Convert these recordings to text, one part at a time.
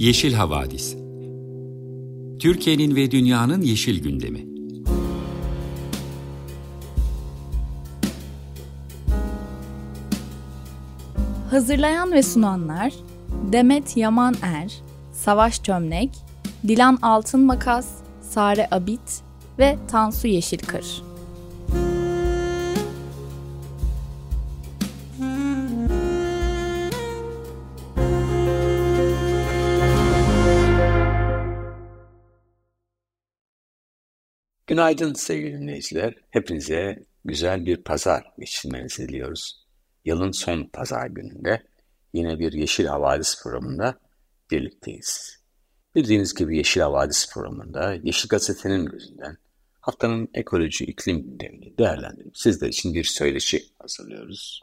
Yeşil Havadis. Türkiye'nin ve dünyanın yeşil gündemi. Hazırlayan ve sunanlar Demet Yaman Savaş Çömlek, Dilan Altınmakas, Sare Abit ve Tansu Yeşilkır. Günaydın sevgili dinleyiciler. Hepinize güzel bir pazar geçirmenizi diliyoruz. Yılın son pazar gününde yine bir Yeşil Havadis programında birlikteyiz. Bildiğiniz gibi Yeşil Havadis programında Yeşil Gazete'nin gözünden haftanın ekoloji iklim gündemini değerlendirip sizler için bir söyleşi hazırlıyoruz.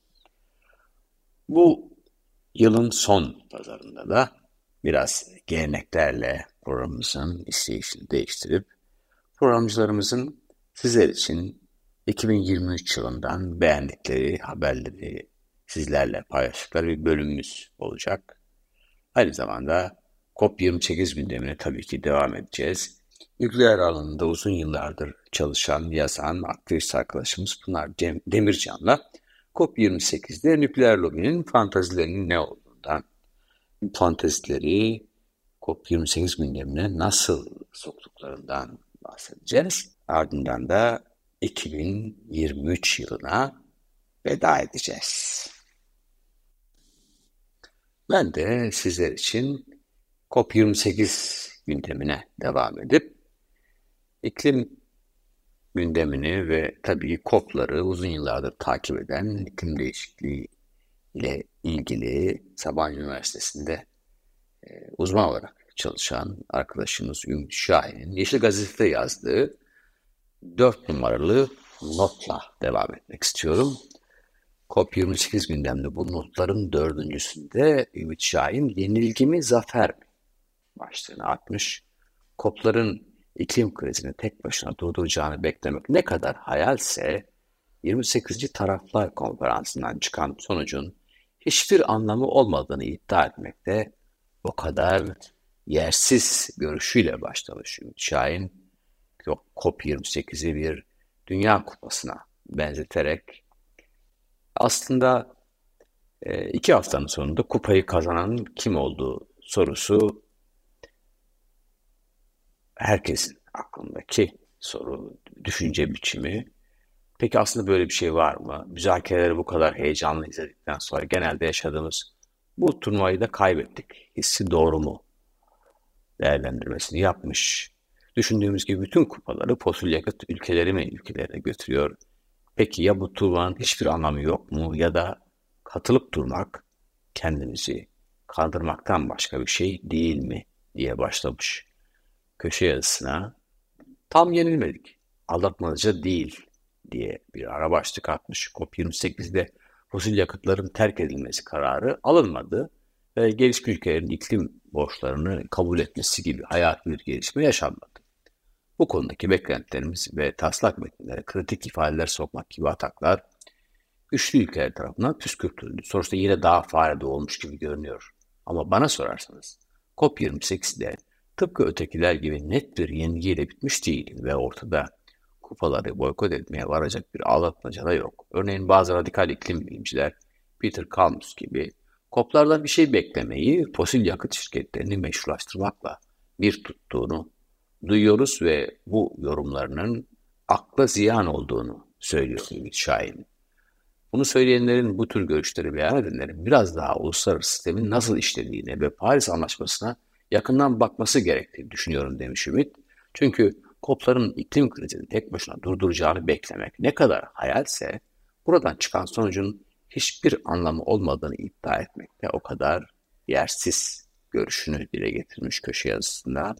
Bu yılın son pazarında da biraz geleneklerle programımızın işleyişini değiştirip programcılarımızın sizler için 2023 yılından beğendikleri haberleri sizlerle paylaştıkları bir bölümümüz olacak. Aynı zamanda COP28 gündemine tabii ki devam edeceğiz. Nükleer alanında uzun yıllardır çalışan, yazan, aktivist arkadaşımız Pınar Demircan'la COP28'de nükleer lobinin fantazilerinin ne olduğundan, fantazileri COP28 gündemine nasıl soktuklarından bahsedeceğiz. Ardından da 2023 yılına veda edeceğiz. Ben de sizler için COP28 gündemine devam edip iklim gündemini ve tabii COP'ları uzun yıllardır takip eden iklim değişikliği ile ilgili Sabancı Üniversitesi'nde uzman olarak çalışan arkadaşımız Ümit Şahin'in Yeşil Gazete'de yazdığı 4 numaralı notla devam etmek istiyorum. COP28 gündemde bu notların dördüncüsünde Ümit Şahin yenilgi mi zafer mi başlığını atmış. COP'ların iklim krizini tek başına durduracağını beklemek ne kadar hayalse 28. Taraflar Konferansı'ndan çıkan sonucun hiçbir anlamı olmadığını iddia etmek de o kadar yersiz görüşüyle başlamış Ümit Şahin. COP28'i bir Dünya Kupası'na benzeterek aslında 2 haftanın sonunda kupayı kazananın kim olduğu sorusu herkesin aklındaki soru, düşünce biçimi. Peki aslında böyle bir şey var mı? Müzakereleri bu kadar heyecanlı izledikten sonra genelde yaşadığımız bu turnuvayı da kaybettik hissi doğru mu? Değerlendirmesini yapmış. Düşündüğümüz gibi bütün kupaları fosil yakıt ülkelerine götürüyor. Peki ya bu turnuvanın hiçbir anlamı yok mu? Ya da katılıp durmak kendimizi kandırmaktan başka bir şey değil mi diye başlamış köşe yazısına. Tam yenilmedik, aldatmaca değil diye bir ara başlık atmış. COP28'de fosil yakıtların terk edilmesi kararı alınmadı ve gelişmiş ülkelerin iklim borçlarını kabul etmesi gibi hayati bir gelişme yaşanmadı. Bu konudaki beklentilerimiz ve taslak metinlere kritik ifadeler sokmak gibi ataklar güçlü ülkeler tarafından püskürtüldü. Sonuçta yine daha farede olmuş gibi görünüyor. Ama bana sorarsanız COP28'de tıpkı ötekiler gibi net bir yenilgiyle bitmiş değil ve ortada kupaları boykot etmeye varacak bir aldatmaca da yok. Örneğin bazı radikal iklim bilimciler Peter Kalmus gibi COP'lardan bir şey beklemeyi fosil yakıt şirketlerini meşrulaştırmakla bir tuttuğunu duyuyoruz ve bu yorumlarının akla ziyan olduğunu söylüyor Ümit Şahin. Bunu söyleyenlerin, bu tür görüşleri beyan edenlerin biraz daha uluslararası sistemin nasıl işlediğine ve Paris Anlaşması'na yakından bakması gerektiğini düşünüyorum demiş Ümit. Çünkü COP'ların iklim krizini tek başına durduracağını beklemek ne kadar hayalse buradan çıkan sonucun hiçbir anlamı olmadığını iddia etmek de o kadar yersiz görüşünü dile getirmiş köşe yazısında.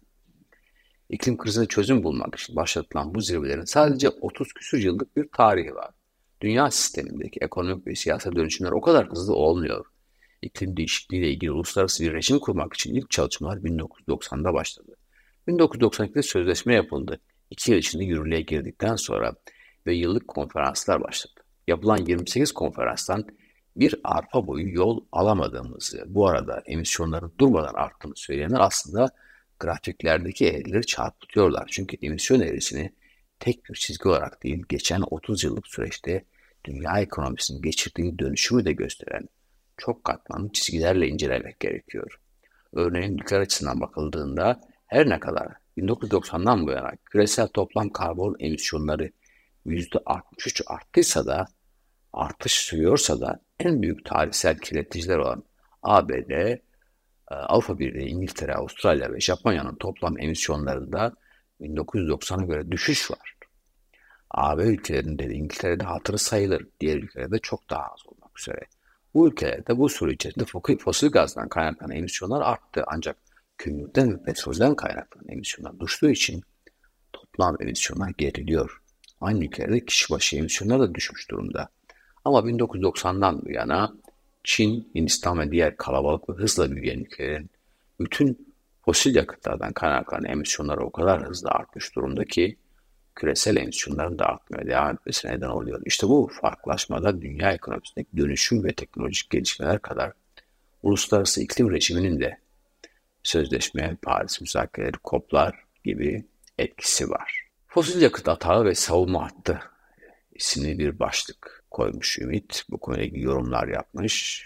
İklim krizine çözüm bulmak için başlatılan bu zirvelerin sadece 30 küsur yıllık bir tarihi var. Dünya sistemindeki ekonomik ve siyasal dönüşümler o kadar hızlı olmuyor. İklim değişikliğiyle ilgili uluslararası bir rejim kurmak için ilk çalışmalar 1990'da başladı. 1992'de sözleşme yapıldı. 2 yıl içinde yürürlüğe girdikten sonra ve yıllık konferanslar başladı. Yapılan 28 konferanstan bir arpa boyu yol alamadığımızı, bu arada emisyonların durmadan arttığını söyleyenler aslında grafiklerdeki eğrileri çarpıtıyorlar. Çünkü emisyon eğrisini tek bir çizgi olarak değil, geçen 30 yıllık süreçte dünya ekonomisinin geçirdiği dönüşümü de gösteren çok katmanlı çizgilerle incelemek gerekiyor. Örneğin ülkeler açısından bakıldığında her ne kadar 1990'dan bu yana küresel toplam karbon emisyonları %63 arttıysa da, artış sürüyorsa da en büyük tarihsel kirleticiler olan ABD, Avrupa Birliği, İngiltere, Avustralya ve Japonya'nın toplam emisyonlarında 1990'a göre düşüş var. AB ülkelerinde de İngiltere'de hatırı sayılır, diğer ülkelerde çok daha az olmak üzere. Bu ülkelerde bu süre içerisinde fosil gazdan kaynaklanan emisyonlar arttı, ancak kömürden ve petrolden kaynaklanan emisyonlar düştüğü için toplam emisyonlar geriliyor. Aynı ülkelerde kişi başı emisyonlar da düşmüş durumda. Ama 1990'dan bu yana Çin, Hindistan ve diğer kalabalık ve hızla büyüyen ülkelerin bütün fosil yakıtlardan kaynaklanan emisyonları o kadar hızlı artmış durumda ki küresel emisyonların da artmaya devam etmesine neden oluyor. İşte bu farklılaşmada dünya ekonomisindeki dönüşüm ve teknolojik gelişmeler kadar uluslararası iklim rejiminin de sözleşme, Paris müzakereleri, COP'lar gibi etkisi var. Fosil yakıt atağı ve savunma hattı isimli bir başlık koymuş Ümit. Bu konuyla ilgili yorumlar yapmış.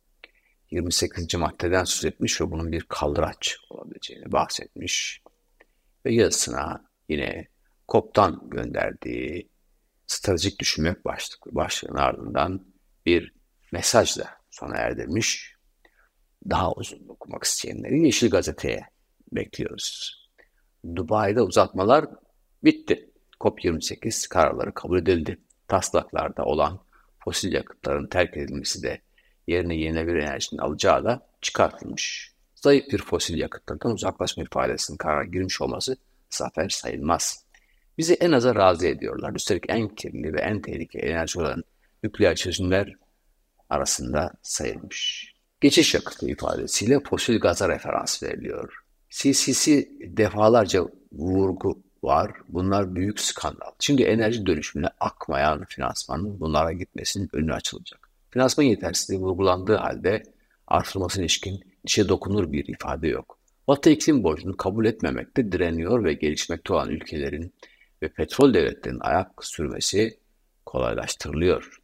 28. maddeden söz etmiş ve bunun bir kaldıraç olabileceğini bahsetmiş. Ve yazısına yine COP'tan gönderdiği stratejik düşünmek başlığının ardından bir mesajla sona erdirmiş. Daha uzun okumak isteyenleri Yeşil Gazete'ye bekliyoruz. Dubai'de uzatmalar bitti. COP28 kararları kabul edildi. Taslaklarda olan fosil yakıtların terk edilmesi de yerine yenilenebilir enerjinin alacağı da çıkartılmış. Zayıf bir fosil yakıtlardan uzaklaşma ifadesinin karara girmiş olması zafer sayılmaz. Bizi en aza razı ediyorlar. Üstelik en kirli ve en tehlikeli enerji olan nükleer çözümler arasında sayılmış. Geçiş yakıtı ifadesiyle fosil gaza referans veriliyor. CCC defalarca vurgu var. Bunlar büyük skandal. Çünkü enerji dönüşümüne akmayan finansmanın bunlara gitmesinin önü açılacak. Finansman yetersizliği vurgulandığı halde artırılmasına ilişkin dişe dokunur bir ifade yok. Batı iklim borcunu kabul etmemekte direniyor ve gelişmekte olan ülkelerin ve petrol devletlerinin ayak sürmesi kolaylaştırılıyor.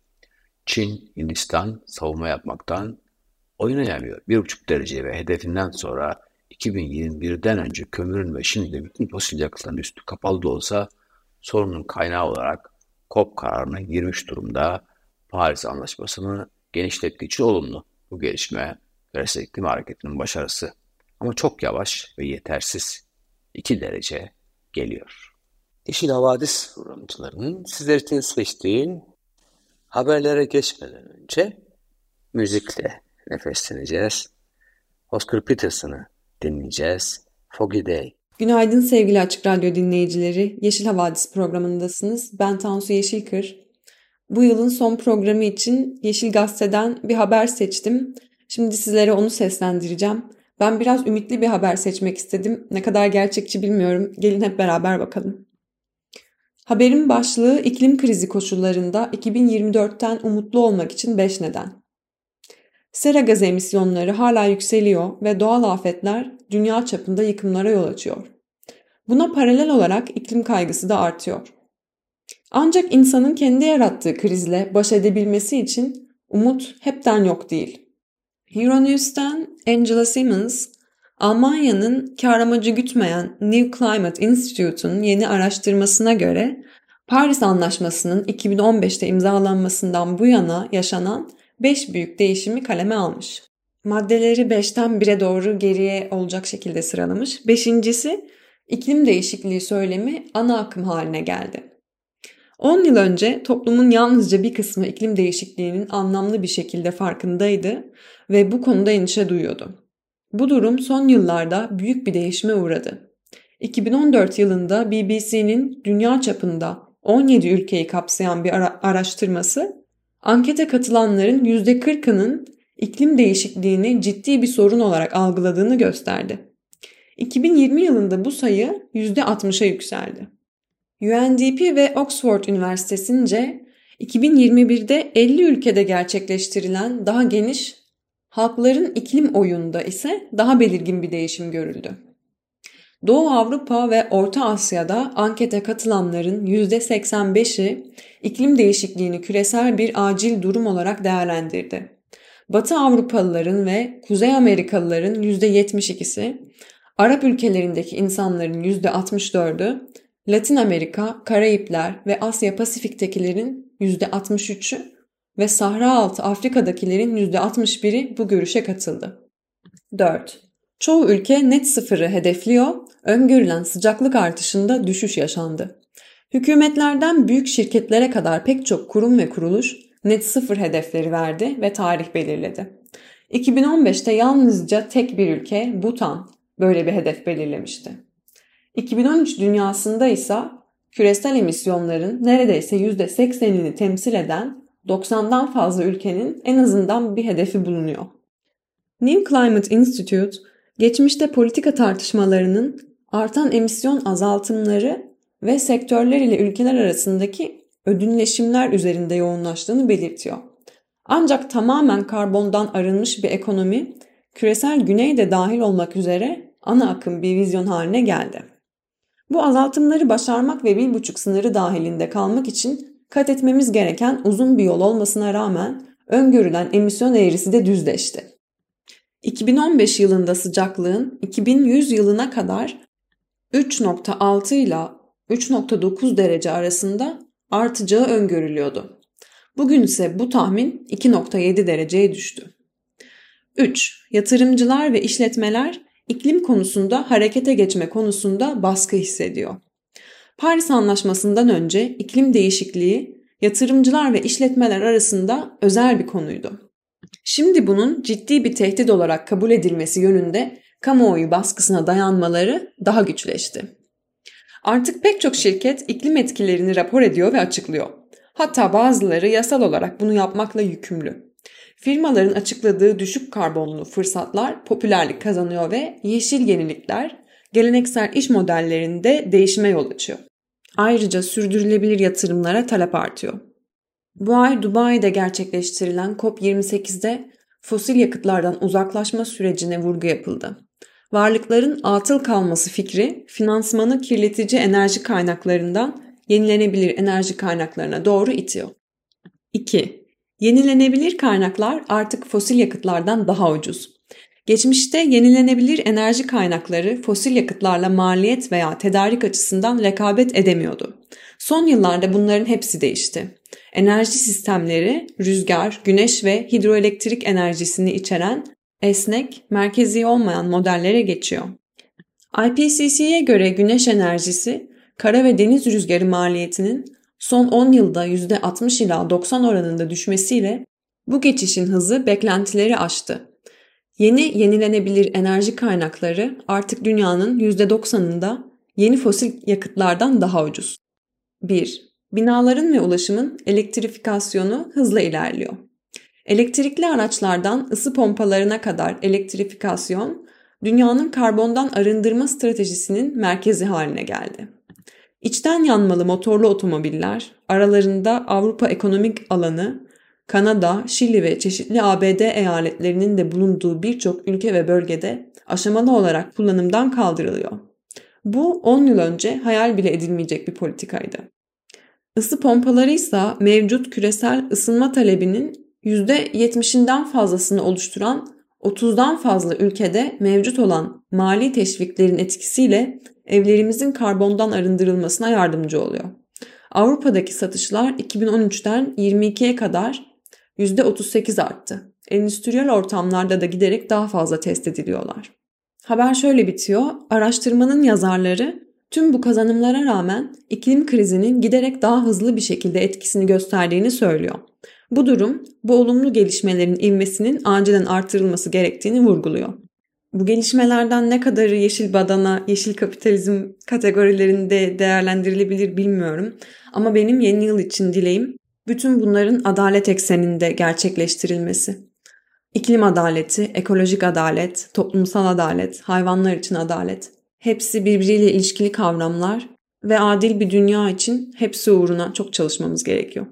Çin, Hindistan savunma yapmaktan oynayamıyor. 1,5 derece ve hedefinden sonra 2021'den önce kömürün ve şimdi de bütün fosil yakıtların üstü kapalı da olsa sorunun kaynağı olarak COP kararına girmiş durumda. Paris Anlaşması'nı genişlettiği için olumlu. Bu gelişme küresel iklim hareketinin başarısı. Ama çok yavaş ve yetersiz. 2 derece geliyor. Yeşil Havadis programcılarının sizler için seçtiği haberlere geçmeden önce müzikle nefesleneceğiz. Oscar Peterson'ı dinleyeceğiz. Foggy Day. Günaydın sevgili Açık Radyo dinleyicileri. Yeşil Havadis programındasınız. Ben Tansu Yeşilkır. Bu yılın son programı için Yeşil Gazete'den bir haber seçtim. Şimdi sizlere onu seslendireceğim. Ben biraz ümitli bir haber seçmek istedim. Ne kadar gerçekçi bilmiyorum. Gelin hep beraber bakalım. Haberin başlığı iklim krizi koşullarında 2024'ten umutlu olmak için 5 neden. Sera gazı emisyonları hala yükseliyor ve doğal afetler dünya çapında yıkımlara yol açıyor. Buna paralel olarak iklim kaygısı da artıyor. Ancak insanın kendi yarattığı krizle baş edebilmesi için umut hepten yok değil. Euronews'ten Angela Simmons, Almanya'nın kar amacı gütmeyen New Climate Institute'un yeni araştırmasına göre Paris Anlaşması'nın 2015'te imzalanmasından bu yana yaşanan 5 büyük değişimi kaleme almış. Maddeleri 5'ten 1'e doğru geriye olacak şekilde sıralamış. 5.'si iklim değişikliği söylemi ana akım haline geldi. 10 yıl önce toplumun yalnızca bir kısmı iklim değişikliğinin anlamlı bir şekilde farkındaydı ve bu konuda endişe duyuyordu. Bu durum son yıllarda büyük bir değişime uğradı. 2014 yılında BBC'nin dünya çapında 17 ülkeyi kapsayan bir araştırması, ankete katılanların %40'ının iklim değişikliğini ciddi bir sorun olarak algıladığını gösterdi. 2020 yılında bu sayı %60'a yükseldi. UNDP ve Oxford Üniversitesi'nce 2021'de 50 ülkede gerçekleştirilen daha geniş, halkların iklim oyununda ise daha belirgin bir değişim görüldü. Doğu Avrupa ve Orta Asya'da ankete katılanların %85'i iklim değişikliğini küresel bir acil durum olarak değerlendirdi. Batı Avrupalıların ve Kuzey Amerikalıların %72'si, Arap ülkelerindeki insanların %64'ü, Latin Amerika, Karayipler ve Asya Pasifik'tekilerin %63'ü ve Sahra Altı Afrika'dakilerin %61'i bu görüşe katıldı. 4. Çoğu ülke net sıfırı hedefliyor, öngörülen sıcaklık artışında düşüş yaşandı. Hükümetlerden büyük şirketlere kadar pek çok kurum ve kuruluş net sıfır hedefleri verdi ve tarih belirledi. 2015'te yalnızca tek bir ülke, Bhutan, böyle bir hedef belirlemişti. 2013 dünyasında ise küresel emisyonların neredeyse %80'ini temsil eden 90'dan fazla ülkenin en azından bir hedefi bulunuyor. New Climate Institute, geçmişte politika tartışmalarının artan emisyon azaltımları ve sektörler ile ülkeler arasındaki ödünleşimler üzerinde yoğunlaştığını belirtiyor. Ancak tamamen karbondan arınmış bir ekonomi, küresel güney de dahil olmak üzere ana akım bir vizyon haline geldi. Bu azaltımları başarmak ve 1,5 sınırı dahilinde kalmak için kat etmemiz gereken uzun bir yol olmasına rağmen öngörülen emisyon eğrisi de düzleşti. 2015 yılında sıcaklığın 2100 yılına kadar 3,6 ile 3,9 derece arasında artacağı öngörülüyordu. Bugün ise bu tahmin 2,7 dereceye düştü. 3. Yatırımcılar ve işletmeler iklim konusunda harekete geçme konusunda baskı hissediyor. Paris Anlaşması'ndan önce iklim değişikliği yatırımcılar ve işletmeler arasında özel bir konuydu. Şimdi bunun ciddi bir tehdit olarak kabul edilmesi yönünde kamuoyu baskısına dayanmaları daha güçleşti. Artık pek çok şirket iklim etkilerini rapor ediyor ve açıklıyor. Hatta bazıları yasal olarak bunu yapmakla yükümlü. Firmaların açıkladığı düşük karbonlu fırsatlar popülerlik kazanıyor ve yeşil yenilikler geleneksel iş modellerinde değişime yol açıyor. Ayrıca sürdürülebilir yatırımlara talep artıyor. Bu ay Dubai'de gerçekleştirilen COP28'de fosil yakıtlardan uzaklaşma sürecine vurgu yapıldı. Varlıkların atıl kalması fikri finansmanı kirletici enerji kaynaklarından yenilenebilir enerji kaynaklarına doğru itiyor. 2. Yenilenebilir kaynaklar artık fosil yakıtlardan daha ucuz. Geçmişte yenilenebilir enerji kaynakları fosil yakıtlarla maliyet veya tedarik açısından rekabet edemiyordu. Son yıllarda bunların hepsi değişti. Enerji sistemleri rüzgar, güneş ve hidroelektrik enerjisini içeren esnek, merkezi olmayan modellere geçiyor. IPCC'ye göre güneş enerjisi, kara ve deniz rüzgarı maliyetinin son 10 yılda %60 ila 90 oranında düşmesiyle bu geçişin hızı beklentileri aştı. Yeni yenilenebilir enerji kaynakları artık dünyanın %90'ında yeni fosil yakıtlardan daha ucuz. 1. Binaların ve ulaşımın elektrifikasyonu hızla ilerliyor. Elektrikli araçlardan ısı pompalarına kadar elektrifikasyon, dünyanın karbondan arındırma stratejisinin merkezi haline geldi. İçten yanmalı motorlu otomobiller, aralarında Avrupa Ekonomik Alanı, Kanada, Şili ve çeşitli ABD eyaletlerinin de bulunduğu birçok ülke ve bölgede aşamalı olarak kullanımdan kaldırılıyor. Bu 10 yıl önce hayal bile edilmeyecek bir politikaydı. Isı pompaları ise mevcut küresel ısınma talebinin %70'inden fazlasını oluşturan 30'dan fazla ülkede mevcut olan mali teşviklerin etkisiyle evlerimizin karbondan arındırılmasına yardımcı oluyor. Avrupa'daki satışlar 2013'ten 22'ye kadar %38 arttı. Endüstriyel ortamlarda da giderek daha fazla test ediliyorlar. Haber şöyle bitiyor. Araştırmanın yazarları tüm bu kazanımlara rağmen iklim krizinin giderek daha hızlı bir şekilde etkisini gösterdiğini söylüyor. Bu durum bu olumlu gelişmelerin ivmesinin acilen artırılması gerektiğini vurguluyor. Bu gelişmelerden ne kadarı yeşil badana, yeşil kapitalizm kategorilerinde değerlendirilebilir bilmiyorum. Ama benim yeni yıl için dileğim bütün bunların adalet ekseninde gerçekleştirilmesi. İklim adaleti, ekolojik adalet, toplumsal adalet, hayvanlar için adalet. Hepsi birbiriyle ilişkili kavramlar ve adil bir dünya için hepsi uğruna çok çalışmamız gerekiyor.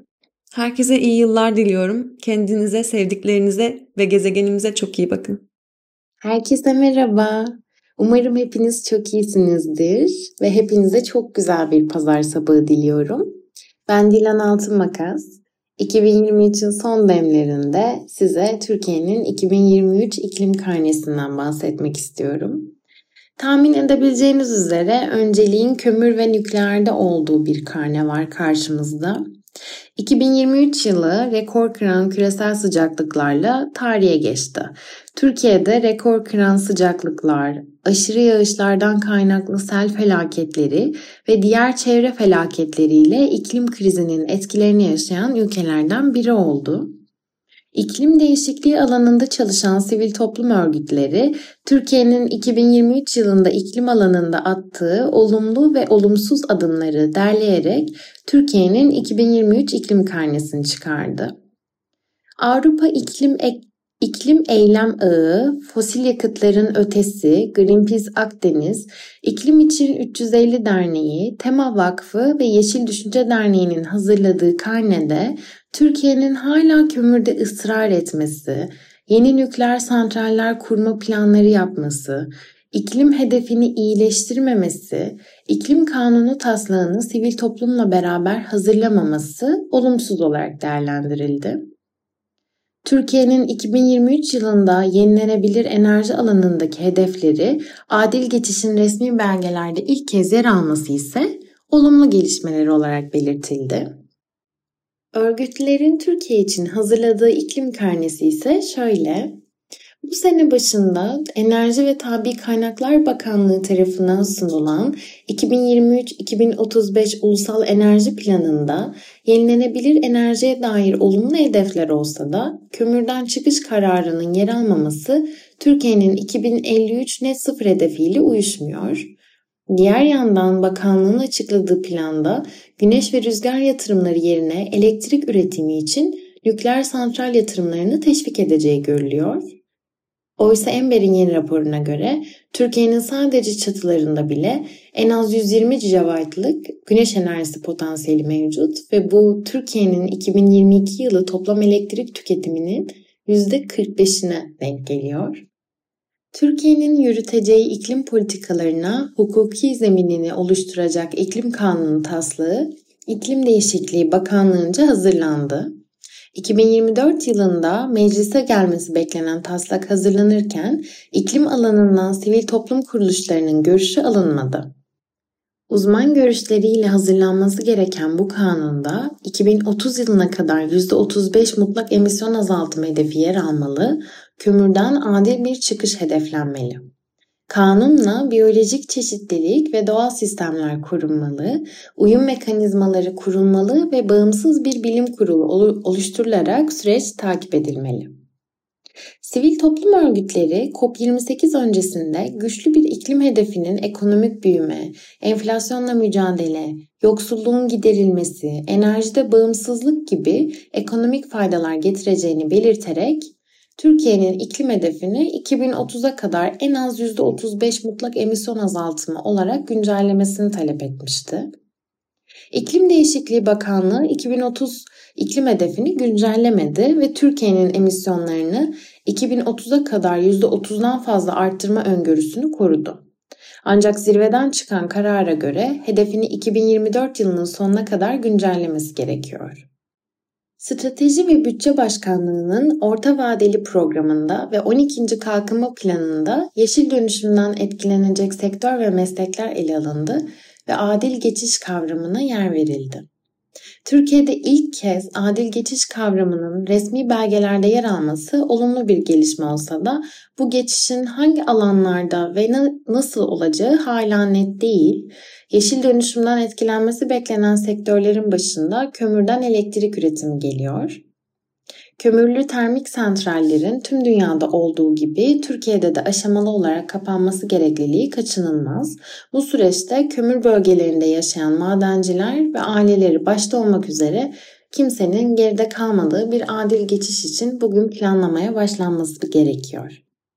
Herkese iyi yıllar diliyorum. Kendinize, sevdiklerinize ve gezegenimize çok iyi bakın. Herkese merhaba. Umarım hepiniz çok iyisinizdir ve hepinize çok güzel bir pazar sabahı diliyorum. Ben Dilan Altınmakas. 2023'ün son demlerinde size Türkiye'nin 2023 iklim karnesinden bahsetmek istiyorum. Tahmin edebileceğiniz üzere önceliğin kömür ve nükleerde olduğu bir karne var karşımızda. 2023 yılı rekor kıran küresel sıcaklıklarla tarihe geçti. Türkiye'de rekor kıran sıcaklıklar, aşırı yağışlardan kaynaklı sel felaketleri ve diğer çevre felaketleriyle iklim krizinin etkilerini yaşayan ülkelerden biri oldu. İklim değişikliği alanında çalışan sivil toplum örgütleri, Türkiye'nin 2023 yılında iklim alanında attığı olumlu ve olumsuz adımları derleyerek Türkiye'nin 2023 iklim karnesini çıkardı. Avrupa İklim Eylem Ağı, Fosil Yakıtların Ötesi, Greenpeace Akdeniz, İklim İçin 350 Derneği, Tema Vakfı ve Yeşil Düşünce Derneği'nin hazırladığı karnede Türkiye'nin hala kömürde ısrar etmesi, yeni nükleer santraller kurma planları yapması, iklim hedefini iyileştirmemesi, iklim kanunu taslağını sivil toplumla beraber hazırlamaması olumsuz olarak değerlendirildi. Türkiye'nin 2023 yılında yenilenebilir enerji alanındaki hedefleri adil geçişin resmi belgelerde ilk kez yer alması ise olumlu gelişmeleri olarak belirtildi. Örgütlerin Türkiye için hazırladığı iklim karnesi ise şöyle. Bu sene başında Enerji ve Tabii Kaynaklar Bakanlığı tarafından sunulan 2023-2035 Ulusal Enerji Planı'nda yenilenebilir enerjiye dair olumlu hedefler olsa da kömürden çıkış kararının yer almaması Türkiye'nin 2053 net sıfır hedefiyle uyuşmuyor. Diğer yandan bakanlığın açıkladığı planda güneş ve rüzgar yatırımları yerine elektrik üretimi için nükleer santral yatırımlarını teşvik edeceği görülüyor. Oysa Enver'in yeni raporuna göre Türkiye'nin sadece çatılarında bile en az 120 GW'lık güneş enerjisi potansiyeli mevcut ve bu Türkiye'nin 2022 yılı toplam elektrik tüketiminin %45'ine denk geliyor. Türkiye'nin yürüteceği iklim politikalarına hukuki zeminini oluşturacak iklim kanunu taslağı İklim Değişikliği Bakanlığı'nca hazırlandı. 2024 yılında meclise gelmesi beklenen taslak hazırlanırken iklim alanından sivil toplum kuruluşlarının görüşü alınmadı. Uzman görüşleriyle hazırlanması gereken bu kanunda 2030 yılına kadar %35 mutlak emisyon azaltımı hedefi yer almalı, kömürden adil bir çıkış hedeflenmeli. Kanunla biyolojik çeşitlilik ve doğal sistemler korunmalı, uyum mekanizmaları kurulmalı ve bağımsız bir bilim kurulu oluşturularak süreç takip edilmeli. Sivil toplum örgütleri COP28 öncesinde güçlü bir iklim hedefinin ekonomik büyüme, enflasyonla mücadele, yoksulluğun giderilmesi, enerjide bağımsızlık gibi ekonomik faydalar getireceğini belirterek Türkiye'nin iklim hedefini 2030'a kadar en az %35 mutlak emisyon azaltımı olarak güncellemesini talep etmişti. İklim Değişikliği Bakanlığı 2030 iklim hedefini güncellemedi ve Türkiye'nin emisyonlarını 2030'a kadar %30'dan fazla arttırma öngörüsünü korudu. Ancak zirveden çıkan karara göre hedefini 2024 yılının sonuna kadar güncellemesi gerekiyor. Strateji ve Bütçe Başkanlığı'nın orta vadeli programında ve 12. Kalkınma Planı'nda yeşil dönüşümden etkilenecek sektör ve meslekler ele alındı ve adil geçiş kavramına yer verildi. Türkiye'de ilk kez adil geçiş kavramının resmi belgelerde yer alması olumlu bir gelişme olsa da bu geçişin hangi alanlarda ve nasıl olacağı hala net değil. Yeşil dönüşümden etkilenmesi beklenen sektörlerin başında kömürden elektrik üretimi geliyor. Kömürlü termik santrallerin tüm dünyada olduğu gibi Türkiye'de de aşamalı olarak kapanması gerekliliği kaçınılmaz. Bu süreçte kömür bölgelerinde yaşayan madenciler ve aileleri başta olmak üzere kimsenin geride kalmadığı bir adil geçiş için bugün planlamaya başlanması gerekiyor.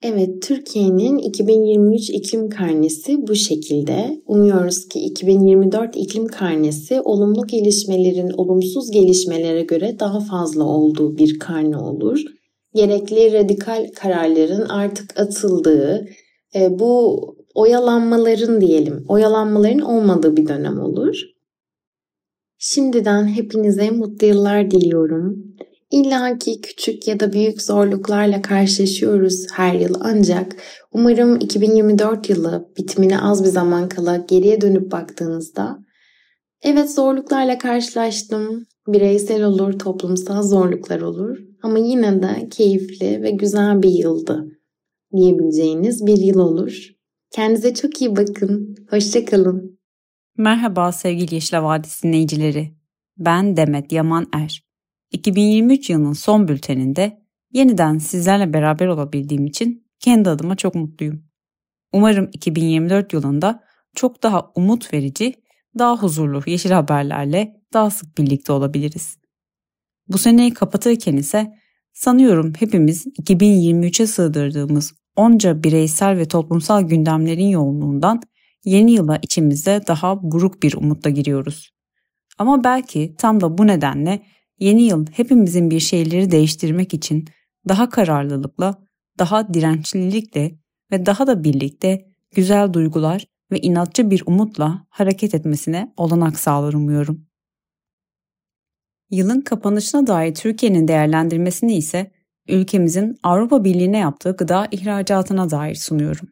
Evet, Türkiye'nin 2023 iklim karnesi bu şekilde. Umuyoruz ki 2024 iklim karnesi olumlu gelişmelerin olumsuz gelişmelere göre daha fazla olduğu bir karne olur. Gerekli radikal kararların artık atıldığı, bu oyalanmaların olmadığı bir dönem olur. Şimdiden hepinize mutlu yıllar diliyorum. İlla ki küçük ya da büyük zorluklarla karşılaşıyoruz her yıl, ancak umarım 2024 yılı bitimine az bir zaman kala geriye dönüp baktığınızda evet, zorluklarla karşılaştım, bireysel olur, toplumsal zorluklar olur ama yine de keyifli ve güzel bir yıldı diyebileceğiniz bir yıl olur. Kendinize çok iyi bakın, hoşça kalın. Merhaba sevgili Yeşil Havadis dinleyicileri. Ben Demet Yaman Er. 2023 yılının son bülteninde yeniden sizlerle beraber olabildiğim için kendi adıma çok mutluyum. Umarım 2024 yılında çok daha umut verici, daha huzurlu yeşil haberlerle daha sık birlikte olabiliriz. Bu seneyi kapatırken ise sanıyorum hepimiz 2023'e sığdırdığımız onca bireysel ve toplumsal gündemlerin yoğunluğundan yeni yıla içimizde daha buruk bir umutla giriyoruz. Ama belki tam da bu nedenle yeni yıl hepimizin bir şeyleri değiştirmek için daha kararlılıkla, daha dirençlilikle ve daha da birlikte güzel duygular ve inatçı bir umutla hareket etmesine olanak sağlar umuyorum. Yılın kapanışına dair Türkiye'nin değerlendirmesini ise ülkemizin Avrupa Birliği'ne yaptığı gıda ihracatına dair sunuyorum.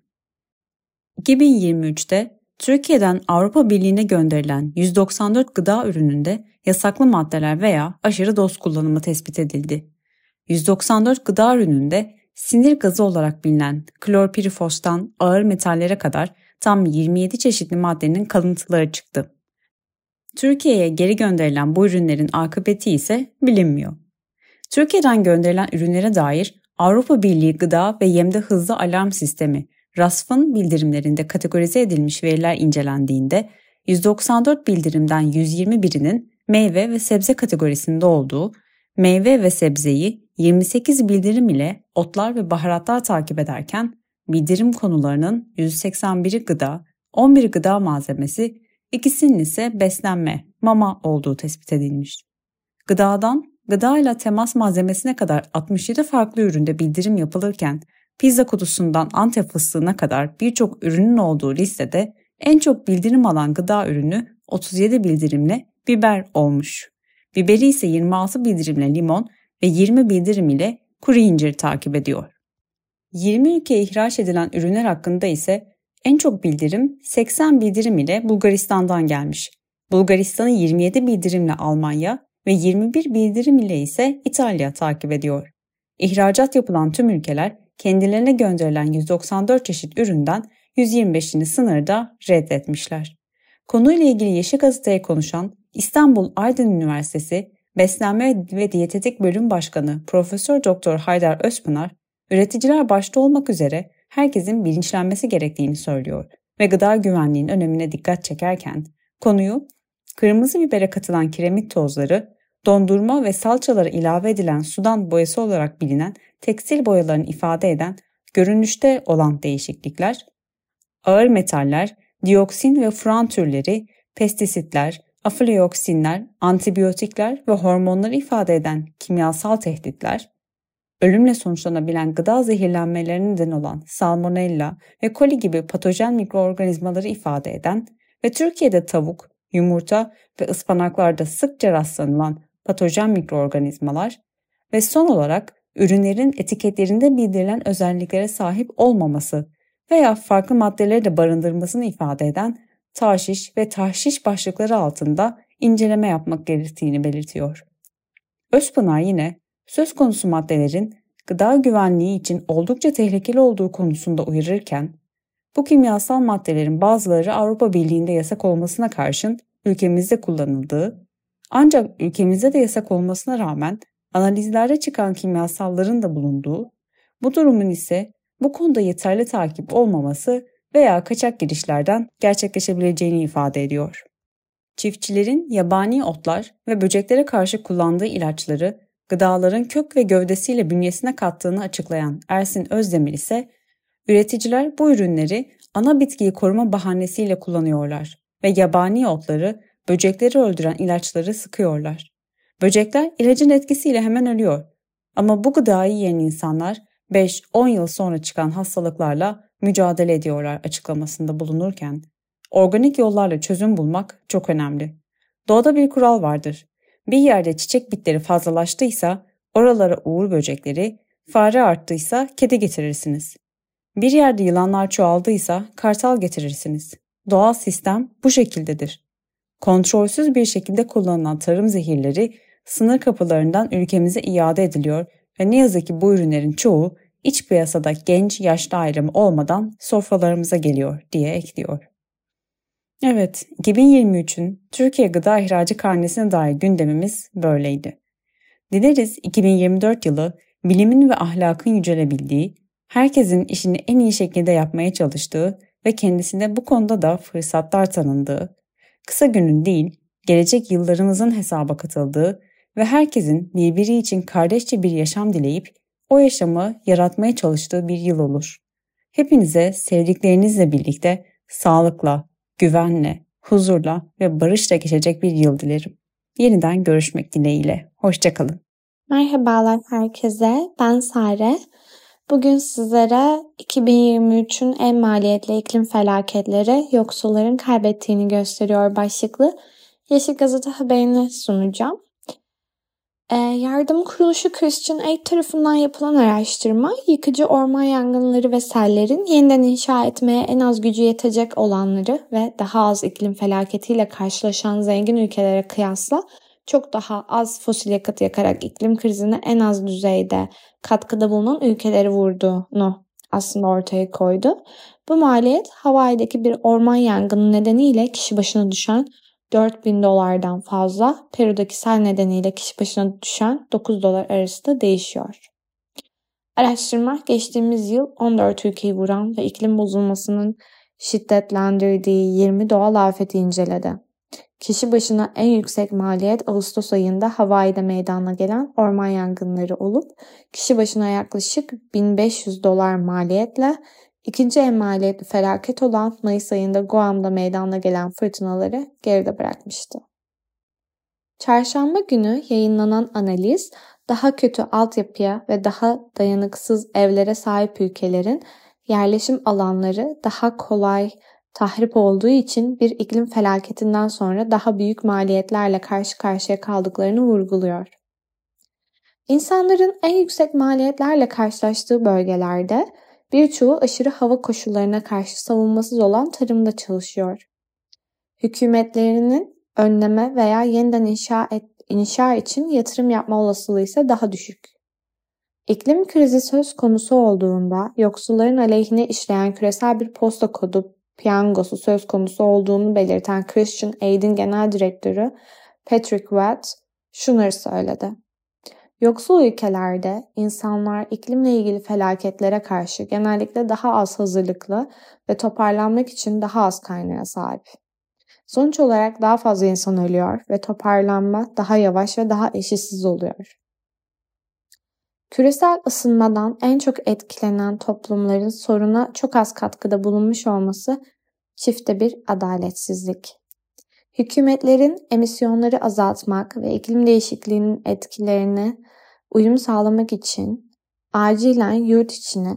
2023'te Türkiye'den Avrupa Birliği'ne gönderilen 194 gıda ürününde yasaklı maddeler veya aşırı doz kullanımı tespit edildi. 194 gıda ürününde sinir gazı olarak bilinen klorpirifostan ağır metallere kadar tam 27 çeşitli maddenin kalıntıları çıktı. Türkiye'ye geri gönderilen bu ürünlerin akıbeti ise bilinmiyor. Türkiye'den gönderilen ürünlere dair Avrupa Birliği Gıda ve Yem'de Hızlı Alarm Sistemi RASF'ın bildirimlerinde kategorize edilmiş veriler incelendiğinde 194 bildirimden 121'inin meyve ve sebze kategorisinde olduğu, meyve ve sebzeyi 28 bildirim ile otlar ve baharatlar takip ederken bildirim konularının 181'i gıda, 11'i gıda malzemesi, ikisinin ise beslenme, mama olduğu tespit edilmiş. Gıda ile temas malzemesine kadar 67 farklı üründe bildirim yapılırken pizza kutusundan Antep fıstığına kadar birçok ürünün olduğu listede en çok bildirim alan gıda ürünü 37 bildirimle biber olmuş. Biberi ise 26 bildirimle limon ve 20 bildirim ile kuru incir takip ediyor. 20 ülkeye ihraç edilen ürünler hakkında ise en çok bildirim 80 bildirim ile Bulgaristan'dan gelmiş. Bulgaristan'ı 27 bildirimle Almanya ve 21 bildirim ile ise İtalya takip ediyor. İhracat yapılan tüm ülkeler kendilerine gönderilen 194 çeşit üründen 125'ini sınırda reddetmişler. Konuyla ilgili Yeşil Gazete'ye konuşan İstanbul Aydın Üniversitesi Beslenme ve Diyetetik Bölüm Başkanı Profesör Doktor Haydar Özpınar, üreticiler başta olmak üzere herkesin bilinçlenmesi gerektiğini söylüyor ve gıda güvenliğinin önemine dikkat çekerken konuyu kırmızı bibere katılan kiremit tozları, dondurma ve salçalara ilave edilen sudan boyası olarak bilinen tekstil boyalarını ifade eden görünüşte olan değişiklikler, ağır metaller, dioksin ve furan türleri, pestisitler, aflatooksinler, antibiyotikler ve hormonları ifade eden kimyasal tehditler, ölümle sonuçlanabilen gıda zehirlenmelerine neden olan salmonella ve koli gibi patojen mikroorganizmaları ifade eden ve Türkiye'de tavuk, yumurta ve ıspanaklarda sıkça rastlanılan patojen mikroorganizmalar ve son olarak ürünlerin etiketlerinde bildirilen özelliklere sahip olmaması veya farklı maddeleri de barındırmasını ifade eden tahşiş ve tahşiş başlıkları altında inceleme yapmak gerektiğini belirtiyor. Özpınar yine söz konusu maddelerin gıda güvenliği için oldukça tehlikeli olduğu konusunda uyarırken, bu kimyasal maddelerin bazıları Avrupa Birliği'nde yasak olmasına karşın ülkemizde kullanıldığı, ancak ülkemizde de yasak olmasına rağmen analizlerde çıkan kimyasalların da bulunduğu, bu durumun ise bu konuda yeterli takip olmaması veya kaçak girişlerden gerçekleşebileceğini ifade ediyor. Çiftçilerin yabani otlar ve böceklere karşı kullandığı ilaçları gıdaların kök ve gövdesiyle bünyesine kattığını açıklayan Ersin Özdemir ise Üreticiler bu ürünleri ana bitkiyi koruma bahanesiyle kullanıyorlar ve yabani otları, böcekleri öldüren ilaçları sıkıyorlar. Böcekler ilacın etkisiyle hemen ölüyor. Ama bu gıdayı yiyen insanlar 5-10 yıl sonra çıkan hastalıklarla mücadele ediyorlar açıklamasında bulunurken, organik yollarla çözüm bulmak çok önemli. Doğada bir kural vardır. Bir yerde çiçek bitleri fazlalaştıysa oralara uğur böcekleri, fare arttıysa kedi getirirsiniz. Bir yerde yılanlar çoğaldıysa kartal getirirsiniz. Doğal sistem bu şekildedir. Kontrolsüz bir şekilde kullanılan tarım zehirleri sınır kapılarından ülkemize iade ediliyor ve ne yazık ki bu ürünlerin çoğu iç piyasada genç yaşlı ayrımı olmadan sofralarımıza geliyor diye ekliyor. Evet, 2023'ün Türkiye Gıda İhracı Karnesi'ne dair gündemimiz böyleydi. Dileriz 2024 yılı bilimin ve ahlakın yücelebildiği, herkesin işini en iyi şekilde yapmaya çalıştığı ve kendisine bu konuda da fırsatlar tanındığı, kısa günün değil, gelecek yıllarımızın hesaba katıldığı ve herkesin birbiri için kardeşçe bir yaşam dileyip o yaşamı yaratmaya çalıştığı bir yıl olur. Hepinize sevdiklerinizle birlikte sağlıkla, güvenle, huzurla ve barışla geçecek bir yıl dilerim. Yeniden görüşmek dileğiyle. Hoşça kalın. Merhabalar herkese. Ben Sare. Bugün sizlere 2023'ün en maliyetli iklim felaketleri yoksulların kaybettiğini gösteriyor başlıklı Yeşil Gazete haberini sunacağım. Yardım kuruluşu Christian Aid tarafından yapılan araştırma, yıkıcı orman yangınları ve sellerin yeniden inşa etmeye en az gücü yetecek olanları ve daha az iklim felaketiyle karşılaşan zengin ülkelere kıyasla çok daha az fosil yakıt yakarak iklim krizine en az düzeyde katkıda bulunan ülkeleri vurduğunu aslında ortaya koydu. Bu maliyet Hawaii'deki bir orman yangını nedeniyle kişi başına düşen $4.000 fazla, Peru'daki sel nedeniyle kişi başına düşen $9 arasında değişiyor. Araştırma geçtiğimiz yıl 14 ülkeyi vuran ve iklim bozulmasının şiddetlendirdiği 20 doğal afeti inceledi. Kişi başına en yüksek maliyet Ağustos ayında Hawaii'de meydana gelen orman yangınları olup kişi başına yaklaşık $1.500 maliyetle ikinci en maliyetli felaket olan Mayıs ayında Guam'da meydana gelen fırtınaları geride bırakmıştı. Çarşamba günü yayınlanan analiz, daha kötü altyapıya ve daha dayanıksız evlere sahip ülkelerin yerleşim alanları daha kolay tahrip olduğu için bir iklim felaketinden sonra daha büyük maliyetlerle karşı karşıya kaldıklarını vurguluyor. İnsanların en yüksek maliyetlerle karşılaştığı bölgelerde birçoğu aşırı hava koşullarına karşı savunmasız olan tarımda çalışıyor. Hükümetlerinin önleme veya yeniden inşa için yatırım yapma olasılığı ise daha düşük. İklim krizi söz konusu olduğunda yoksulların aleyhine işleyen küresel bir posta kodu piyangosu söz konusu olduğunu belirten Christian Aid'in genel direktörü Patrick Watt şunları söyledi. Yoksul ülkelerde insanlar iklimle ilgili felaketlere karşı genellikle daha az hazırlıklı ve toparlanmak için daha az kaynağa sahip. Sonuç olarak daha fazla insan ölüyor ve toparlanma daha yavaş ve daha eşitsiz oluyor. Küresel ısınmadan en çok etkilenen toplumların soruna çok az katkıda bulunmuş olması çifte bir adaletsizlik. Hükümetlerin emisyonları azaltmak ve iklim değişikliğinin etkilerine uyum sağlamak için acilen yurt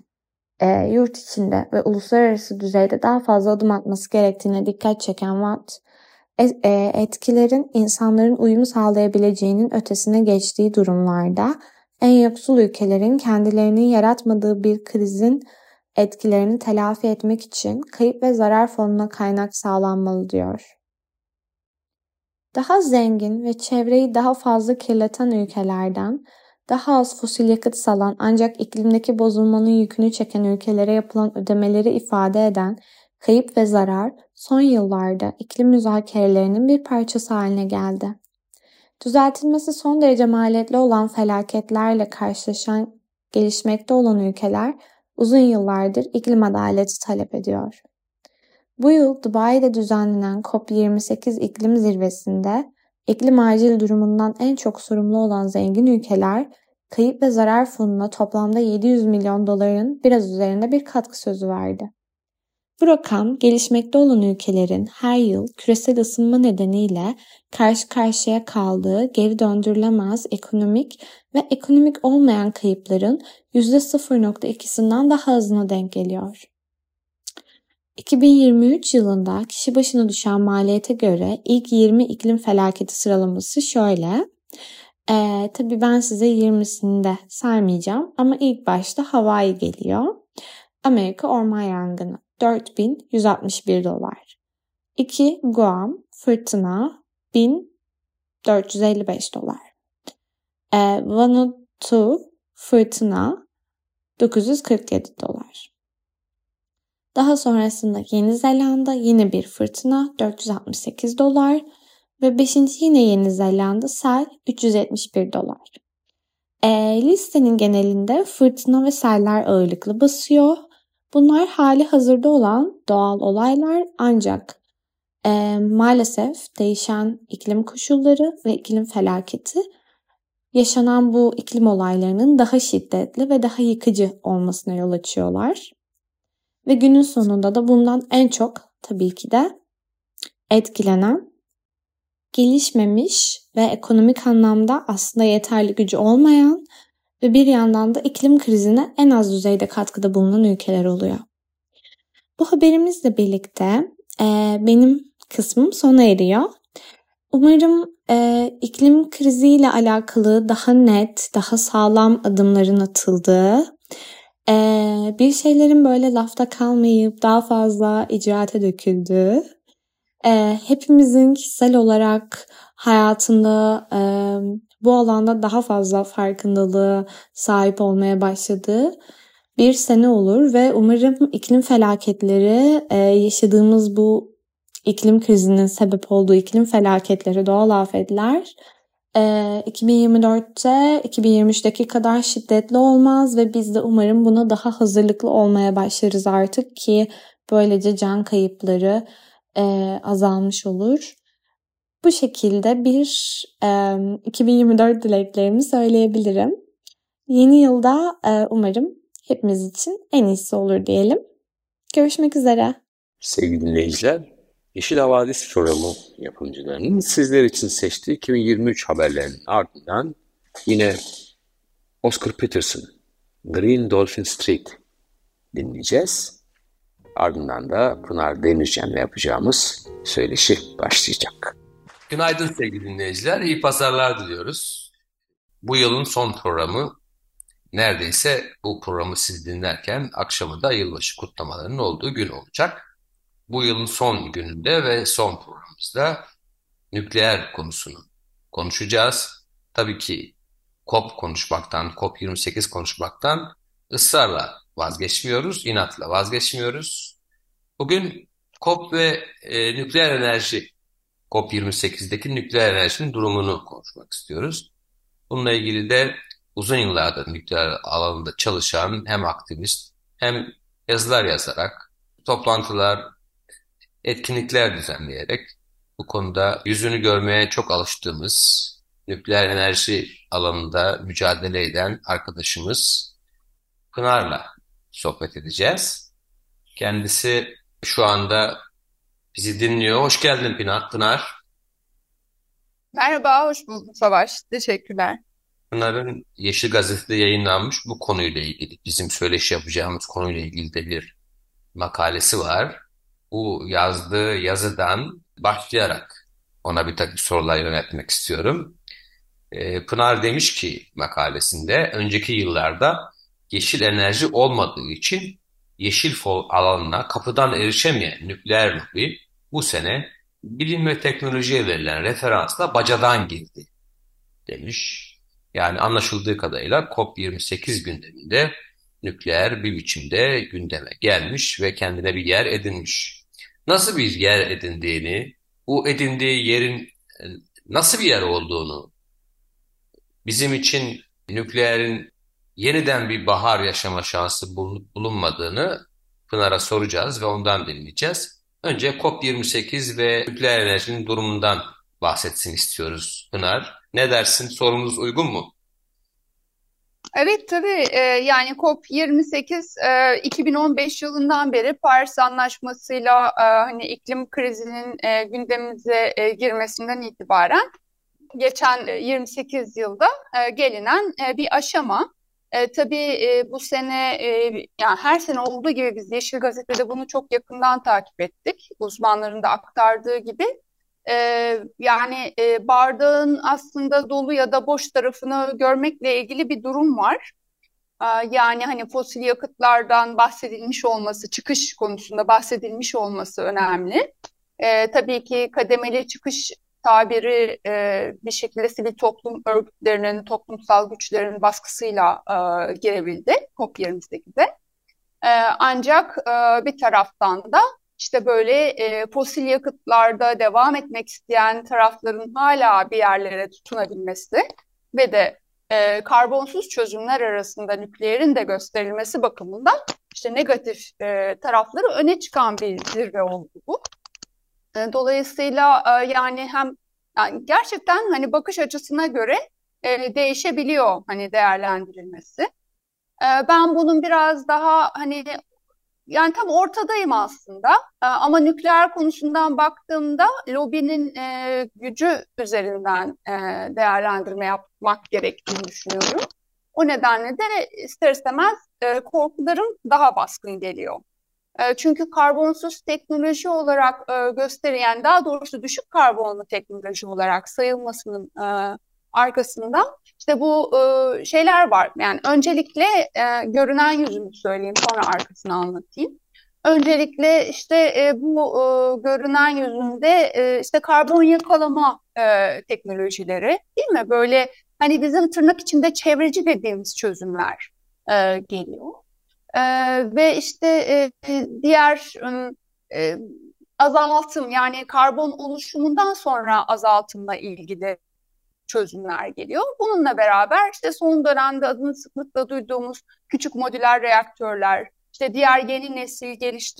içinde ve uluslararası düzeyde daha fazla adım atması gerektiğine dikkat çeken Watt, etkilerin insanların uyum sağlayabileceğinin ötesine geçtiği durumlarda en yoksul ülkelerin kendilerinin yaratmadığı bir krizin etkilerini telafi etmek için kayıp ve zarar fonuna kaynak sağlanmalı diyor. Daha zengin ve çevreyi daha fazla kirleten ülkelerden daha az fosil yakıt salan ancak iklimdeki bozulmanın yükünü çeken ülkelere yapılan ödemeleri ifade eden kayıp ve zarar son yıllarda iklim müzakerelerinin bir parçası haline geldi. Düzeltilmesi son derece maliyetli olan felaketlerle karşılaşan gelişmekte olan ülkeler uzun yıllardır iklim adaleti talep ediyor. Bu yıl Dubai'de düzenlenen COP28 iklim zirvesinde iklim acil durumundan en çok sorumlu olan zengin ülkeler kayıp ve zarar fonuna toplamda 700 milyon doların biraz üzerinde bir katkı sözü verdi. Bu rakam gelişmekte olan ülkelerin her yıl küresel ısınma nedeniyle karşı karşıya kaldığı geri döndürülemez ekonomik ve ekonomik olmayan kayıpların %0,2'sinden daha azına denk geliyor. 2023 yılında kişi başına düşen maliyete göre ilk 20 iklim felaketi sıralaması şöyle. Tabii ben size 20'sini de saymayacağım ama ilk başta Hawaii geliyor. Amerika orman yangını $4.161. 2. Guam fırtına $1.455. Vanuatu fırtına $947. Daha sonrasında Yeni Zelanda yine bir fırtına $468 ve 5. yine Yeni Zelanda sel $371. Listenin genelinde fırtına ve seller ağırlıklı basıyor. Bunlar hali hazırda olan doğal olaylar ancak maalesef değişen iklim koşulları ve iklim felaketi yaşanan bu iklim olaylarının daha şiddetli ve daha yıkıcı olmasına yol açıyorlar. Ve günün sonunda da bundan en çok tabii ki de etkilenen, gelişmemiş ve ekonomik anlamda aslında yeterli gücü olmayan ve bir yandan da iklim krizine en az düzeyde katkıda bulunan ülkeler oluyor. Bu haberimizle birlikte benim kısmım sona eriyor. Umarım iklim kriziyle alakalı daha net, daha sağlam adımların atıldığı, bir şeylerin böyle lafta kalmayıp daha fazla icraate döküldüğü, hepimizin kişisel olarak hayatında bu alanda daha fazla farkındalığı sahip olmaya başladığı bir sene olur ve umarım iklim felaketleri, yaşadığımız bu iklim krizinin sebep olduğu iklim felaketleri, doğal afetler 2024'te 2023'teki kadar şiddetli olmaz ve biz de umarım buna daha hazırlıklı olmaya başlarız artık ki böylece can kayıpları azalmış olur. Bu şekilde bir 2024 dileklerimi söyleyebilirim. Yeni yılda umarım hepimiz için en iyisi olur diyelim. Görüşmek üzere. Sevgili dinleyiciler, Yeşil Havadis programı yapımcılarının sizler için seçtiği 2023 haberlerinin ardından yine Oscar Peterson, Green Dolphin Street dinleyeceğiz. Ardından da Pınar Demircan'la yapacağımız söyleşi başlayacak. Günaydın sevgili dinleyiciler, iyi pazarlar diliyoruz. Bu yılın son programı, neredeyse bu programı siz dinlerken akşamı da yılbaşı kutlamalarının olduğu gün olacak. Bu yılın son gününde ve son programımızda nükleer konusunu konuşacağız. Tabii ki COP konuşmaktan, COP28 konuşmaktan ısrarla vazgeçmiyoruz, inatla vazgeçmiyoruz. Bugün COP ve nükleer enerji, COP28'deki nükleer enerjinin durumunu konuşmak istiyoruz. Bununla ilgili de uzun yıllardır nükleer alanında çalışan hem aktivist hem yazılar yazarak, toplantılar, etkinlikler düzenleyerek bu konuda yüzünü görmeye çok alıştığımız nükleer enerji alanında mücadele eden arkadaşımız Pınar'la sohbet edeceğiz. Kendisi şu anda bizi dinliyor. Hoş geldin Pınar. Merhaba, hoş bulduk Savaş. Teşekkürler. Pınar'ın Yeşil Gazete'de yayınlanmış bu konuyla ilgili, bizim söyleşi yapacağımız konuyla ilgili de bir makalesi var. Bu yazdığı yazıdan başlayarak ona bir takım sorular yöneltmek istiyorum. Pınar demiş ki makalesinde, önceki yıllarda yeşil enerji olmadığı için yeşil fol alanına kapıdan erişemeyen nükleer lobi bu sene bilim ve teknolojiye verilen referansla bacadan girdi demiş. Yani anlaşıldığı kadarıyla COP28 gündeminde nükleer bir biçimde gündeme gelmiş ve kendine bir yer edinmiş. Nasıl bir yer edindiğini, bu edindiği yerin nasıl bir yer olduğunu, bizim için nükleerin yeniden bir bahar yaşama şansı bulunmadığını Pınar'a soracağız ve ondan dinleyeceğiz. Önce COP28 ve nükleer enerjinin durumundan bahsetsin istiyoruz Pınar. Ne dersin? Sorumuz uygun mu? Evet tabii yani COP28 2015 yılından beri Paris Anlaşması'yla hani iklim krizinin gündemimize girmesinden itibaren geçen 28 yılda gelinen bir aşama. Tabii bu sene yani her sene olduğu gibi biz Yeşil Gazete'de bunu çok yakından takip ettik. Uzmanların da aktardığı gibi. Yani bardağın aslında dolu ya da boş tarafını görmekle ilgili bir durum var. Yani hani fosil yakıtlardan bahsedilmiş olması, çıkış konusunda bahsedilmiş olması önemli. Tabii ki kademeli çıkış tabiri bir şekilde sivil toplum örgütlerinin, toplumsal güçlerin baskısıyla girebildi COP28'e. Ancak bir taraftan da işte böyle fosil yakıtlarda devam etmek isteyen tarafların hala bir yerlere tutunabilmesi ve de karbonsuz çözümler arasında nükleerin de gösterilmesi bakımından işte negatif tarafları öne çıkan bir zirve oldu bu. Dolayısıyla yani yani gerçekten hani bakış açısına göre değişebiliyor hani değerlendirilmesi. Ben bunun biraz daha hani yani tam ortadayım aslında. Ama nükleer konusundan baktığımda lobinin gücü üzerinden değerlendirme yapmak gerektiğini düşünüyorum. O nedenle de ister istemez korkularım daha baskın geliyor. Çünkü karbonsuz teknoloji olarak gösterilen, daha doğrusu düşük karbonlu teknoloji olarak sayılmasının arkasında işte bu şeyler var. Yani öncelikle görünen yüzünü söyleyeyim, sonra arkasını anlatayım. Öncelikle işte bu görünen yüzünde işte karbon yakalama teknolojileri, değil mi? Böyle hani bizim tırnak içinde çevreci dediğimiz çözümler geliyor. Ve işte diğer azaltım, yani karbon oluşumundan sonra azaltımla ilgili çözümler geliyor. Bununla beraber işte son dönemde adını sıklıkla duyduğumuz küçük modüler reaktörler, işte diğer yeni nesil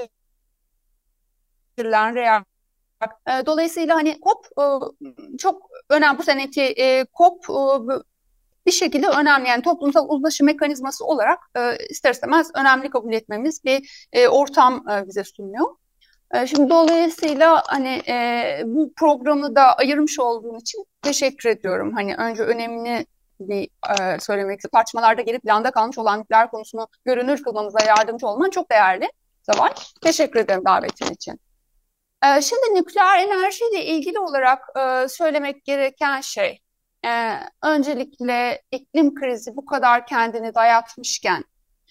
geliştirilen reaktörler. Dolayısıyla hani COP çok önemli, bu seneki COP bir şekilde önemli, yani toplumsal uzlaşı mekanizması olarak ister istemez önemli kabul etmemiz bir ortam bize sunuyor. Şimdi dolayısıyla hani bu programı da ayırmış olduğun için teşekkür ediyorum. Hani önce önemini bir söylemek istedim. Tartışmalarda geri planda kalmış olan nükleer konusunu görünür kılmamıza yardımcı olman çok değerli. Savaş, teşekkür ederim davetin için. Şimdi nükleer enerjiyle ilgili olarak söylemek gereken şey, öncelikle iklim krizi bu kadar kendini dayatmışken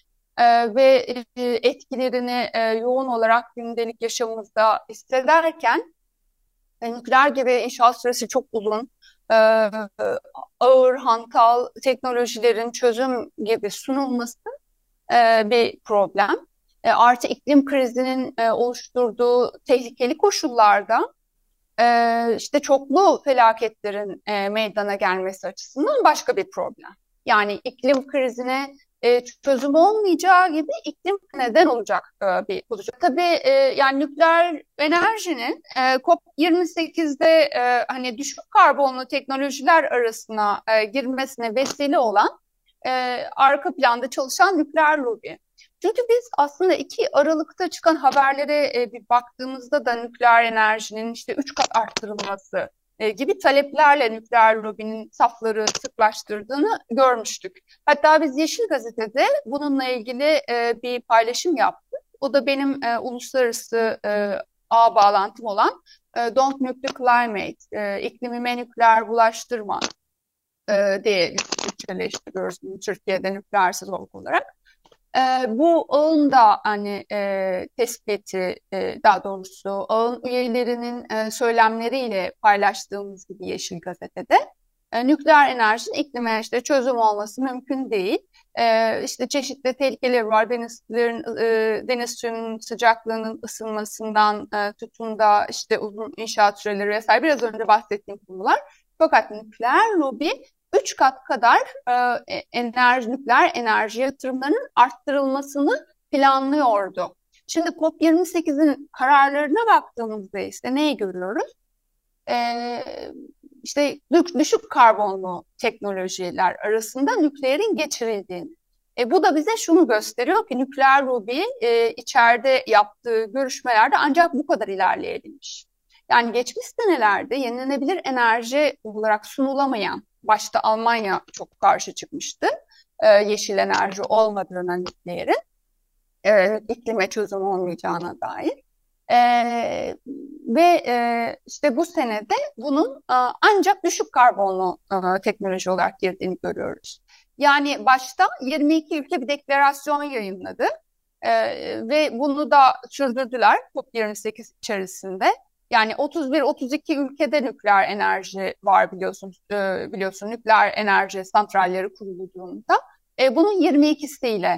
ve etkilerini yoğun olarak gündelik yaşamımızda hissederken nükleer gibi inşaat süresi çok uzun, ağır, hantal teknolojilerin çözüm gibi sunulması bir problem. Artı iklim krizinin oluşturduğu tehlikeli koşullarda işte çoklu felaketlerin meydana gelmesi açısından başka bir problem. Yani iklim krizine çözüm olmayacağı gibi iklim neden olacak bir pozisyon. Tabii yani nükleer enerjinin COP28'de hani düşük karbonlu teknolojiler arasına girmesine vesile olan arka planda çalışan nükleer lobi. Çünkü biz aslında 2 Aralık'ta çıkan haberlere bir baktığımızda da nükleer enerjinin işte 3 kat arttırılması gibi taleplerle nükleer lobinin safları sıklaştırdığını görmüştük. Hatta biz Yeşil Gazete'de bununla ilgili bir paylaşım yaptık. O da benim uluslararası ağ bağlantım olan Don't Nuke the Climate, iklimime nükleer bulaştırma diye Türkçeleştiriyoruz Türkiye'de nükleersiz olgu olarak. Bu ağın da hani tespiti, daha doğrusu ağın üyelerinin söylemleriyle paylaştığımız gibi Yeşil Gazete'de nükleer enerjinin iklime işte çözüm olması mümkün değil. İşte çeşitli tehlikeleri var. Deniz suyunun sıcaklığının ısınmasından tutun da işte uzun inşaat süreleri vesaire, biraz önce bahsettiğim konular. Fakat nükleer lobi 3 kat kadar nükleer enerji yatırımlarının arttırılmasını planlıyordu. Şimdi COP28'in kararlarına baktığımızda ise neyi görüyoruz? işte düşük karbonlu teknolojiler arasında nükleerin geçirildiğini. Bu da bize şunu gösteriyor ki nükleer lobi içeride yaptığı görüşmelerde ancak bu kadar ilerleyebilmiş. Yani geçmiş senelerde yenilenebilir enerji olarak sunulamayan, başta Almanya çok karşı çıkmıştı yeşil enerji olmadığına nükleerin, iklime çözüm olmayacağına dair. Ve işte bu senede bunun ancak düşük karbonlu teknoloji olarak girdiğini görüyoruz. Yani başta 22 ülke bir deklarasyon yayınladı ve bunu da sürdürdüler COP28 içerisinde. Yani 31-32 ülkede nükleer enerji var biliyorsun nükleer enerji santralleri kurulduğunda. Bunun 22'siyle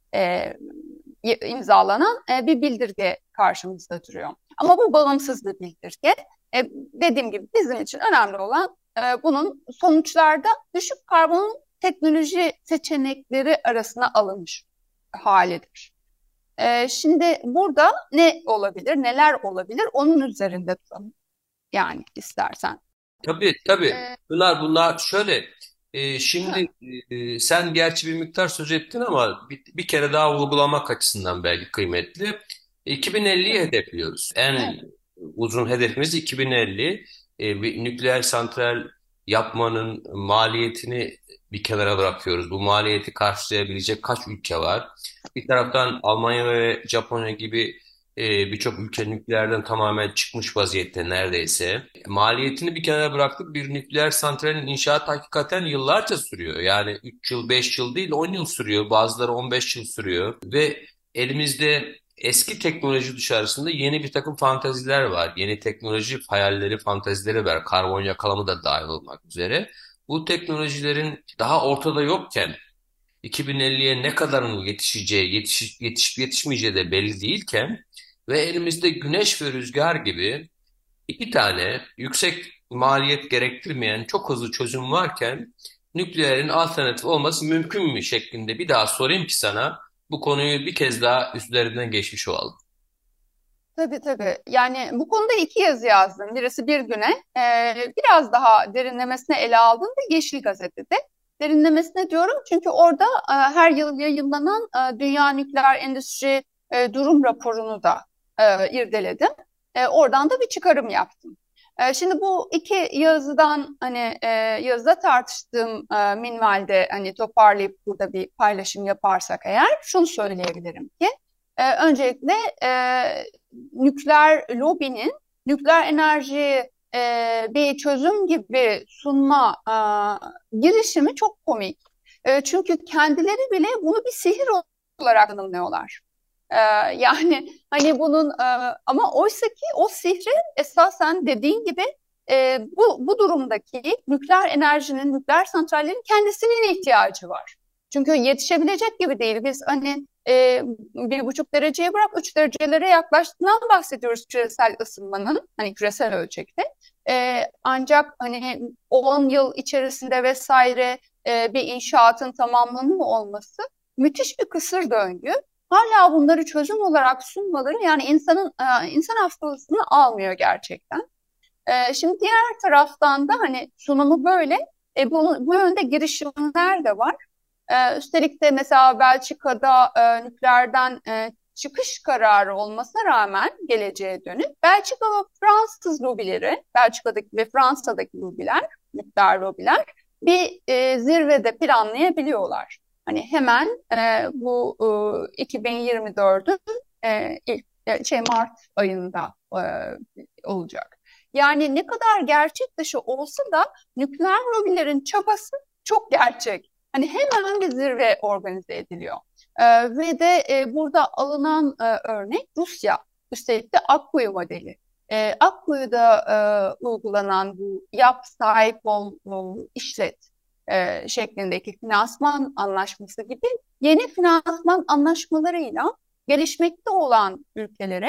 imzalanan bir bildirge karşımızda duruyor. Ama bu bağımsız bir bildirge. Dediğim gibi bizim için önemli olan bunun sonuçlarda düşük karbon teknoloji seçenekleri arasına alınmış halidir. Şimdi burada ne olabilir, neler olabilir onun üzerinde duralım. Yani istersen. Tabii. Pınar, bunlar şöyle. Şimdi sen gerçi bir miktar söz ettin ama bir kere daha vurgulamak açısından belki kıymetli. 2050'yi hedefliyoruz. En uzun hedefimiz 2050. Bir nükleer santral yapmanın maliyetini bir kenara bırakıyoruz. Bu maliyeti karşılayabilecek kaç ülke var? Bir taraftan Almanya ve Japonya gibi birçok ülke nükleerden tamamen çıkmış vaziyette neredeyse. Maliyetini bir kenara bıraktık. Bir nükleer santralin inşaatı hakikaten yıllarca sürüyor. Yani 3 yıl, 5 yıl değil 10 yıl sürüyor. Bazıları 15 yıl sürüyor. Ve elimizde eski teknoloji dışarısında yeni bir takım fantaziler var. Yeni teknoloji hayalleri, fantazileri var. Karbon yakalama da dahil olmak üzere. Bu teknolojilerin daha ortada yokken 2050'ye ne kadarının yetişeceği, yetişip yetişmeyeceği de belli değilken ve elimizde güneş ve rüzgar gibi iki tane yüksek maliyet gerektirmeyen çok hızlı çözüm varken nükleerin alternatif olması mümkün mü şeklinde bir daha sorayım ki sana bu konuyu bir kez daha üzerinden geçmiş olalım. Tabii. Yani bu konuda 2 yazı yazdım. Birisi Bir Güne, biraz daha derinlemesine ele aldığımda Yeşil Gazete'de. Derinlemesine diyorum çünkü orada her yıl yayınlanan Dünya Nükleer Endüstri Durum Raporu'nu da irdeledim. Oradan da bir çıkarım yaptım. Şimdi bu 2 yazıdan yazıda tartıştığım minvalde toparlayıp burada bir paylaşım yaparsak eğer şunu söyleyebilirim ki öncelikle nükleer lobinin nükleer enerjiyi bir çözüm gibi sunma girişimi çok komik. Çünkü kendileri bile bunu bir sihir olarak tanımlıyorlar. Yani bunun ama oysa ki o sihri esasen dediğin gibi bu durumdaki nükleer enerjinin, nükleer santrallerin kendisinin ihtiyacı var. Çünkü yetişebilecek gibi değil. Biz 1,5 dereceye bırak 3 derecelere yaklaştığından bahsediyoruz küresel ısınmanın küresel ölçekte. Ancak 10 yıl içerisinde vesaire bir inşaatın tamamlanıyor olması müthiş bir kısır döngü. Hala bunları çözüm olarak sunmaları yani insan hafızasını almıyor gerçekten. Şimdi diğer taraftan da sunumu böyle bu yönde girişimler de var. Üstelik de mesela Belçika'da nükleerden çıkış kararı olmasına rağmen geleceğe dönük Belçika ve Fransız lobileri, Belçika'daki ve Fransa'daki lobiler, nükleer lobiler bir zirvede planlayabiliyorlar. Hemen bu 2024'ün Mart ayında olacak. Yani ne kadar gerçek dışı olsa da nükleer lobilerin çabası çok gerçek. Hemen bir zirve organize ediliyor. Ve de burada alınan örnek Rusya. Üstelik de Akkuyu modeli. Akkuyu'da uygulanan bu yap, sahip ol, işlet şeklindeki finansman anlaşması gibi yeni finansman anlaşmalarıyla gelişmekte olan ülkelere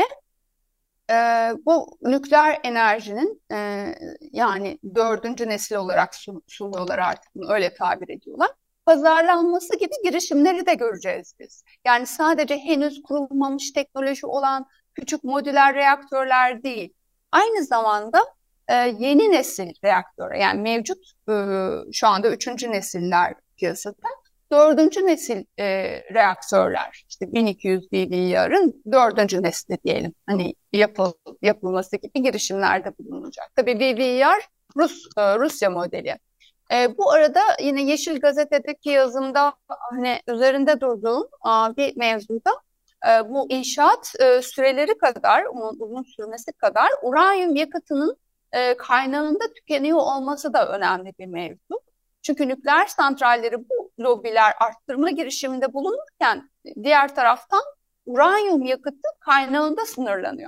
bu nükleer enerjinin yani 4. nesil olarak sunuyorlar artık bunu öyle tabir ediyorlar. Pazarlanması gibi girişimleri de göreceğiz biz. Yani sadece henüz kurulmamış teknoloji olan küçük modüler reaktörler değil. Aynı zamanda yeni nesil reaktör, yani mevcut şu anda 3. nesiller piyasada, 4. nesil reaktörler, işte 1200 VVER'ın 4. nesli diyelim, hani yapılması gibi girişimlerde bulunacak. Tabii VVER Rusya modeli. Bu arada yine Yeşil Gazete'deki yazımda hani üzerinde durduğum bir mevzuda bu inşaat süreleri kadar, uzun sürmesi kadar uranyum yakıtının kaynağında tükeniyor olması da önemli bir mevzu. Çünkü nükleer santralleri bu lobiler arttırma girişiminde bulunurken diğer taraftan uranyum yakıtı kaynağında sınırlanıyor.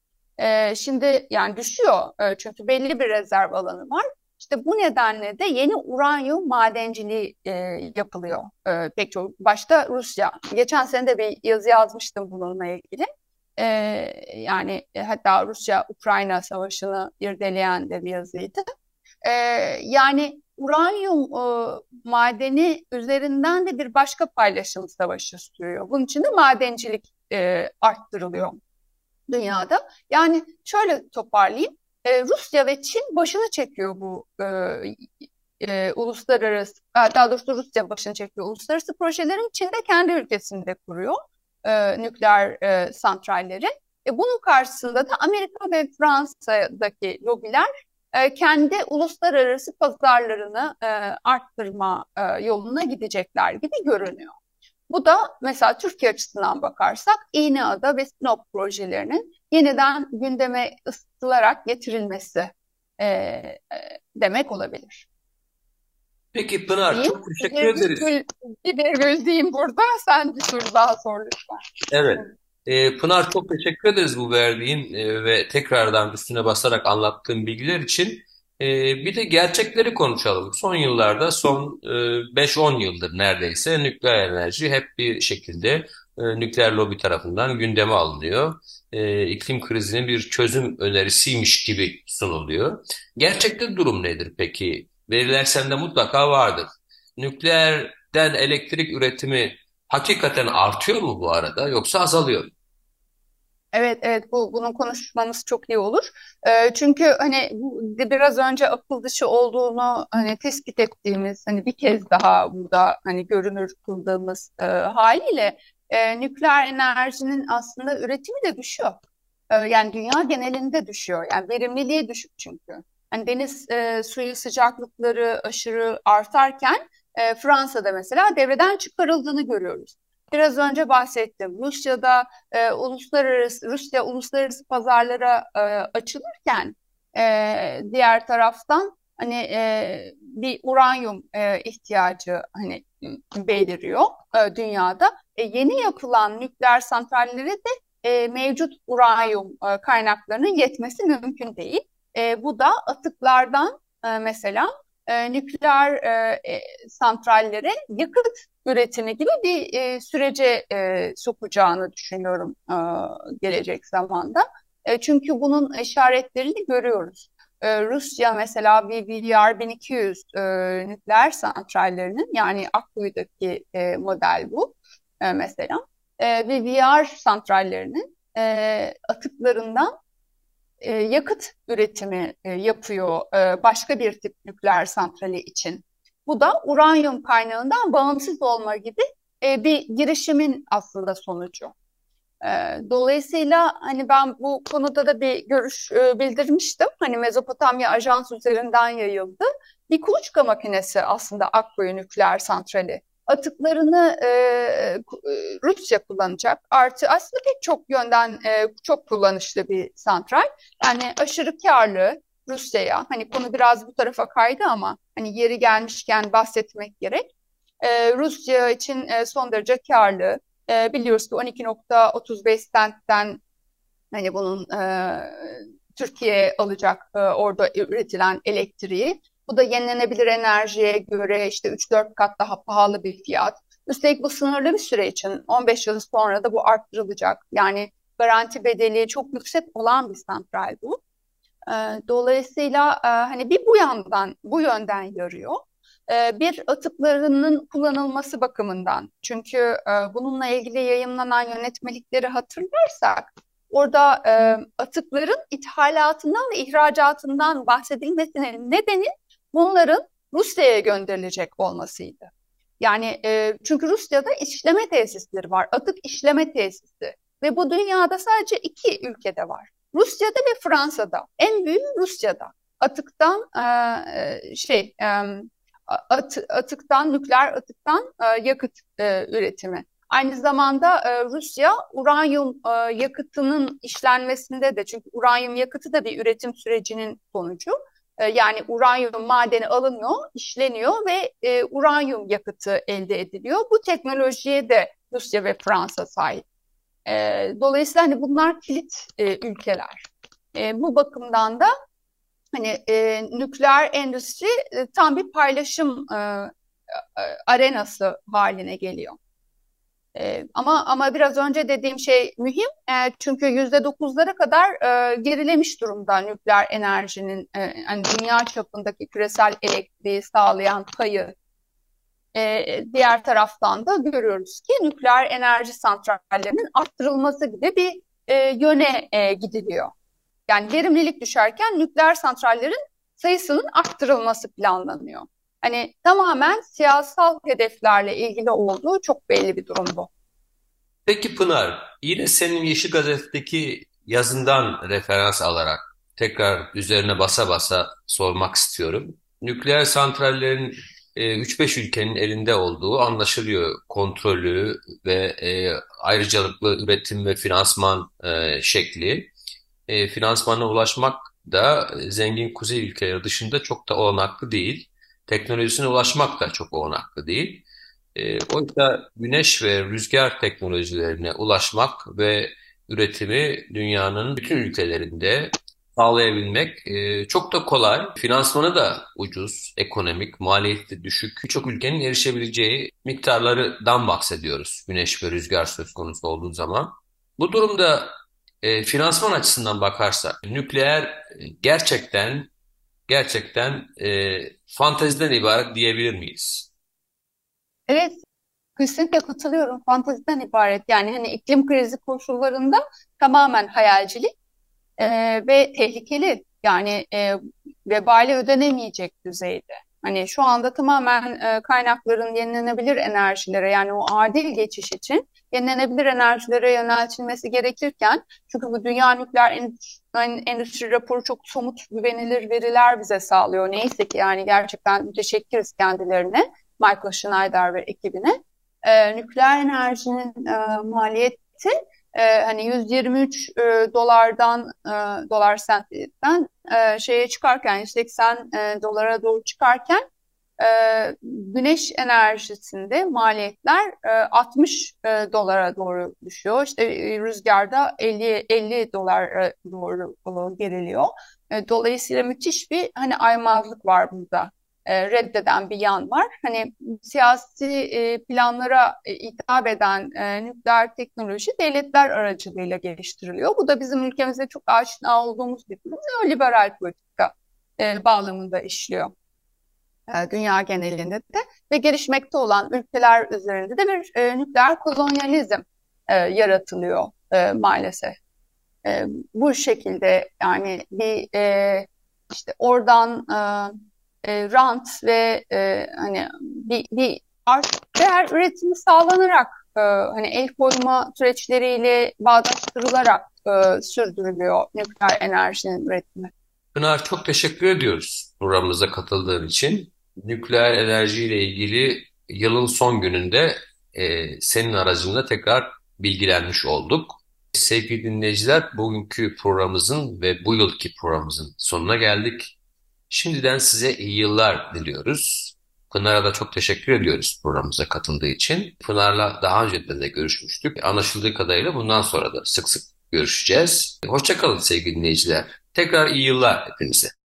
Şimdi yani düşüyor çünkü belli bir rezerv alanı var. İşte bu nedenle de yeni uranyum madenciliği yapılıyor pek çok. Başta Rusya. Geçen sene de bir yazı yazmıştım bununla ilgili. Yani hatta Rusya-Ukrayna savaşını irdeleyen de bir yazıydı. Yani uranyum madeni üzerinden de bir başka paylaşım savaşı sürüyor. Bunun için de madencilik arttırılıyor dünyada. Yani şöyle toparlayayım. Rusya ve Çin başını çekiyor bu uluslararası, daha doğrusu Rusya başını çekiyor uluslararası projelerin. Çin de kendi ülkesinde kuruyor nükleer santralleri. Bunun karşısında da Amerika ve Fransa'daki lobiler kendi uluslararası pazarlarını arttırma yoluna gidecekler gibi görünüyor. Bu da mesela Türkiye açısından bakarsak İğneada ve Sinop projelerinin yeniden gündeme ısıtılarak getirilmesi demek olabilir. Peki Pınar, çok teşekkür ederiz. Bir virgül diyeyim burada, sen bir soru daha sor lütfen. Evet. Pınar, çok teşekkür ederiz bu verdiğin ve tekrardan üstüne basarak anlattığın bilgiler için. Bir de gerçekleri konuşalım. Son yıllarda, son 5-10 yıldır neredeyse nükleer enerji hep bir şekilde nükleer lobi tarafından gündeme alınıyor. İklim krizinin bir çözüm önerisiymiş gibi sunuluyor. Gerçekte durum nedir peki? Veriler sende mutlaka vardır. Nükleerden elektrik üretimi hakikaten artıyor mu bu arada, yoksa azalıyor mu? Evet, bunun konuşmamız çok iyi olur. Çünkü hani biraz önce akıl dışı olduğunu hani tespit ettiğimiz, hani bir kez daha burada hani görünür kıldığımız haliyle nükleer enerjinin aslında üretimi de düşüyor. Yani dünya genelinde düşüyor. Yani verimliliği düşük çünkü. Hani deniz suyu sıcaklıkları aşırı artarken Fransa'da mesela devreden çıkarıldığını görüyoruz. Biraz önce bahsettim. Rusya uluslararası pazarlara açılırken diğer taraftan hani bir uranyum ihtiyacı hani beliriyor dünyada. Yeni yapılan nükleer santrallere de mevcut uranyum kaynaklarının yetmesi mümkün değil. Bu da atıklardan mesela nükleer santrallere yakıt üretimi gibi bir sürece sokacağını düşünüyorum gelecek zamanda. Çünkü bunun işaretlerini görüyoruz. Rusya mesela VVER 1200 nükleer santrallerinin, yani Akkuyu'daki model bu mesela. VVER santrallerinin atıklarından yakıt üretimi yapıyor başka bir tip nükleer santrali için. Bu da uranyum kaynağından bağımsız olma gibi bir girişimin aslında sonucu. Dolayısıyla hani ben bu konuda da bir görüş bildirmiştim. Hani Mezopotamya Ajans üzerinden yayıldı. Bir kuluçka makinesi aslında Akkuyu nükleer santrali. Atıklarını Rusya kullanacak. Artı aslında pek çok yönden çok kullanışlı bir santral. Yani aşırı karlı Rusya'ya. Hani konu biraz bu tarafa kaydı ama hani yeri gelmişken bahsetmek gerek. Rusya için son derece karlı. Biliyoruz ki 12.35 centten hani bunun Türkiye alacak orada üretilen elektriği. Bu da yenilenebilir enerjiye göre işte 3-4 kat daha pahalı bir fiyat. Üstelik bu sınırlı bir süre için, 15 yıl sonra da bu arttırılacak. Yani garanti bedeli çok yüksek olan bir santral bu. Dolayısıyla hani bir bu yönden yarıyor. Bir atıklarının kullanılması bakımından. Çünkü bununla ilgili yayımlanan yönetmelikleri hatırlarsak orada atıkların ithalatından ve ihracatından bahsedilmesinin nedeni bunların Rusya'ya gönderilecek olmasıydı. Yani çünkü Rusya'da işleme tesisleri var, atık işleme tesisi ve bu dünyada sadece 2 ülkede var. Rusya'da ve Fransa'da. En büyüğü Rusya'da. Atıktan nükleer atıktan yakıt üretimi. Aynı zamanda Rusya uranyum yakıtının işlenmesinde de, çünkü uranyum yakıtı da bir üretim sürecinin sonucu. Yani uranyum madeni alınıyor, işleniyor ve uranyum yakıtı elde ediliyor. Bu teknolojiye de Rusya ve Fransa sahip. Dolayısıyla hani bunlar kilit ülkeler. Bu bakımdan da hani nükleer endüstri tam bir paylaşım arenası haline geliyor. Ama biraz önce dediğim şey mühim, çünkü %9'lara kadar gerilemiş durumda nükleer enerjinin hani dünya çapındaki küresel elektriği sağlayan payı. Diğer taraftan da görüyoruz ki nükleer enerji santrallerinin arttırılması gibi bir yöne gidiliyor. Yani verimlilik düşerken nükleer santrallerin sayısının arttırılması planlanıyor. Hani tamamen siyasal hedeflerle ilgili olduğu çok belli bir durum bu. Peki Pınar, yine senin Yeşil Gazete'deki yazından referans alarak tekrar üzerine basa basa sormak istiyorum. Nükleer santrallerin 3-5 ülkenin elinde olduğu anlaşılıyor. Kontrolü ve ayrıcalıklı üretim ve finansman şekli. Finansmana ulaşmak da zengin kuzey ülkeleri dışında çok da olanaklı değil. Teknolojisine ulaşmak da çok olanaklı değil. Oysa güneş ve rüzgar teknolojilerine ulaşmak ve üretimi dünyanın bütün ülkelerinde sağlayabilmek çok da kolay. Finansmanı da ucuz, ekonomik, maliyeti düşük. Birçok ülkenin erişebileceği miktarlardan bahsediyoruz güneş ve rüzgar söz konusu olduğu zaman. Bu durumda finansman açısından bakarsak nükleer gerçekten fanteziden ibaret diyebilir miyiz? Evet, kesinlikle katılıyorum. Fanteziden ibaret. Yani hani iklim krizi koşullarında tamamen hayalcilik ve tehlikeli. Yani vebali ödenemeyecek düzeyde. Hani şu anda tamamen kaynakların yenilenebilir enerjilere, yani o adil geçiş için yenilenebilir enerjilere yöneltilmesi gerekirken, çünkü bu Dünya Nükleer Endüstri raporu çok somut, güvenilir veriler bize sağlıyor. Neyse ki yani gerçekten müteşekkiriz kendilerine, Michael Schneider ve ekibine. Nükleer enerjinin maliyeti hani 123 dolar sentten şeye çıkarken 180 dolara doğru çıkarken güneş enerjisinde maliyetler 60 dolara doğru düşüyor. İşte rüzgarda 50 dolara doğru geriliyor. Dolayısıyla müthiş bir hani aymazlık var burada. Reddeden bir yan var. Hani siyasi planlara hitap eden nükleer teknoloji devletler aracılığıyla geliştiriliyor. Bu da bizim ülkemizde çok aşina olduğumuz bir durum. Neoliberal politika bağlamında işliyor. Dünya genelinde de ve gelişmekte olan ülkeler üzerinde de bir nükleer kolonyalizm yaratılıyor maalesef. Bu şekilde yani bir işte oradan rant ve hani bir değer üretimi sağlanarak hani el koyma süreçleriyle bağdaştırılarak sürdürülüyor nükleer enerjinin üretimi. Pınar, çok teşekkür ediyoruz programımıza katıldığın için. Nükleer enerjiyle ilgili yılın son gününde senin aracılığında tekrar bilgilenmiş olduk. Sevgili dinleyiciler, bugünkü programımızın ve bu yılki programımızın sonuna geldik. Şimdiden size iyi yıllar diliyoruz. Pınar'a da çok teşekkür ediyoruz programımıza katıldığı için. Pınar'la daha önce de görüşmüştük. Anlaşıldığı kadarıyla bundan sonra da sık sık görüşeceğiz. Hoşça kalın sevgili dinleyiciler. Tekrar iyi yıllar hepinize.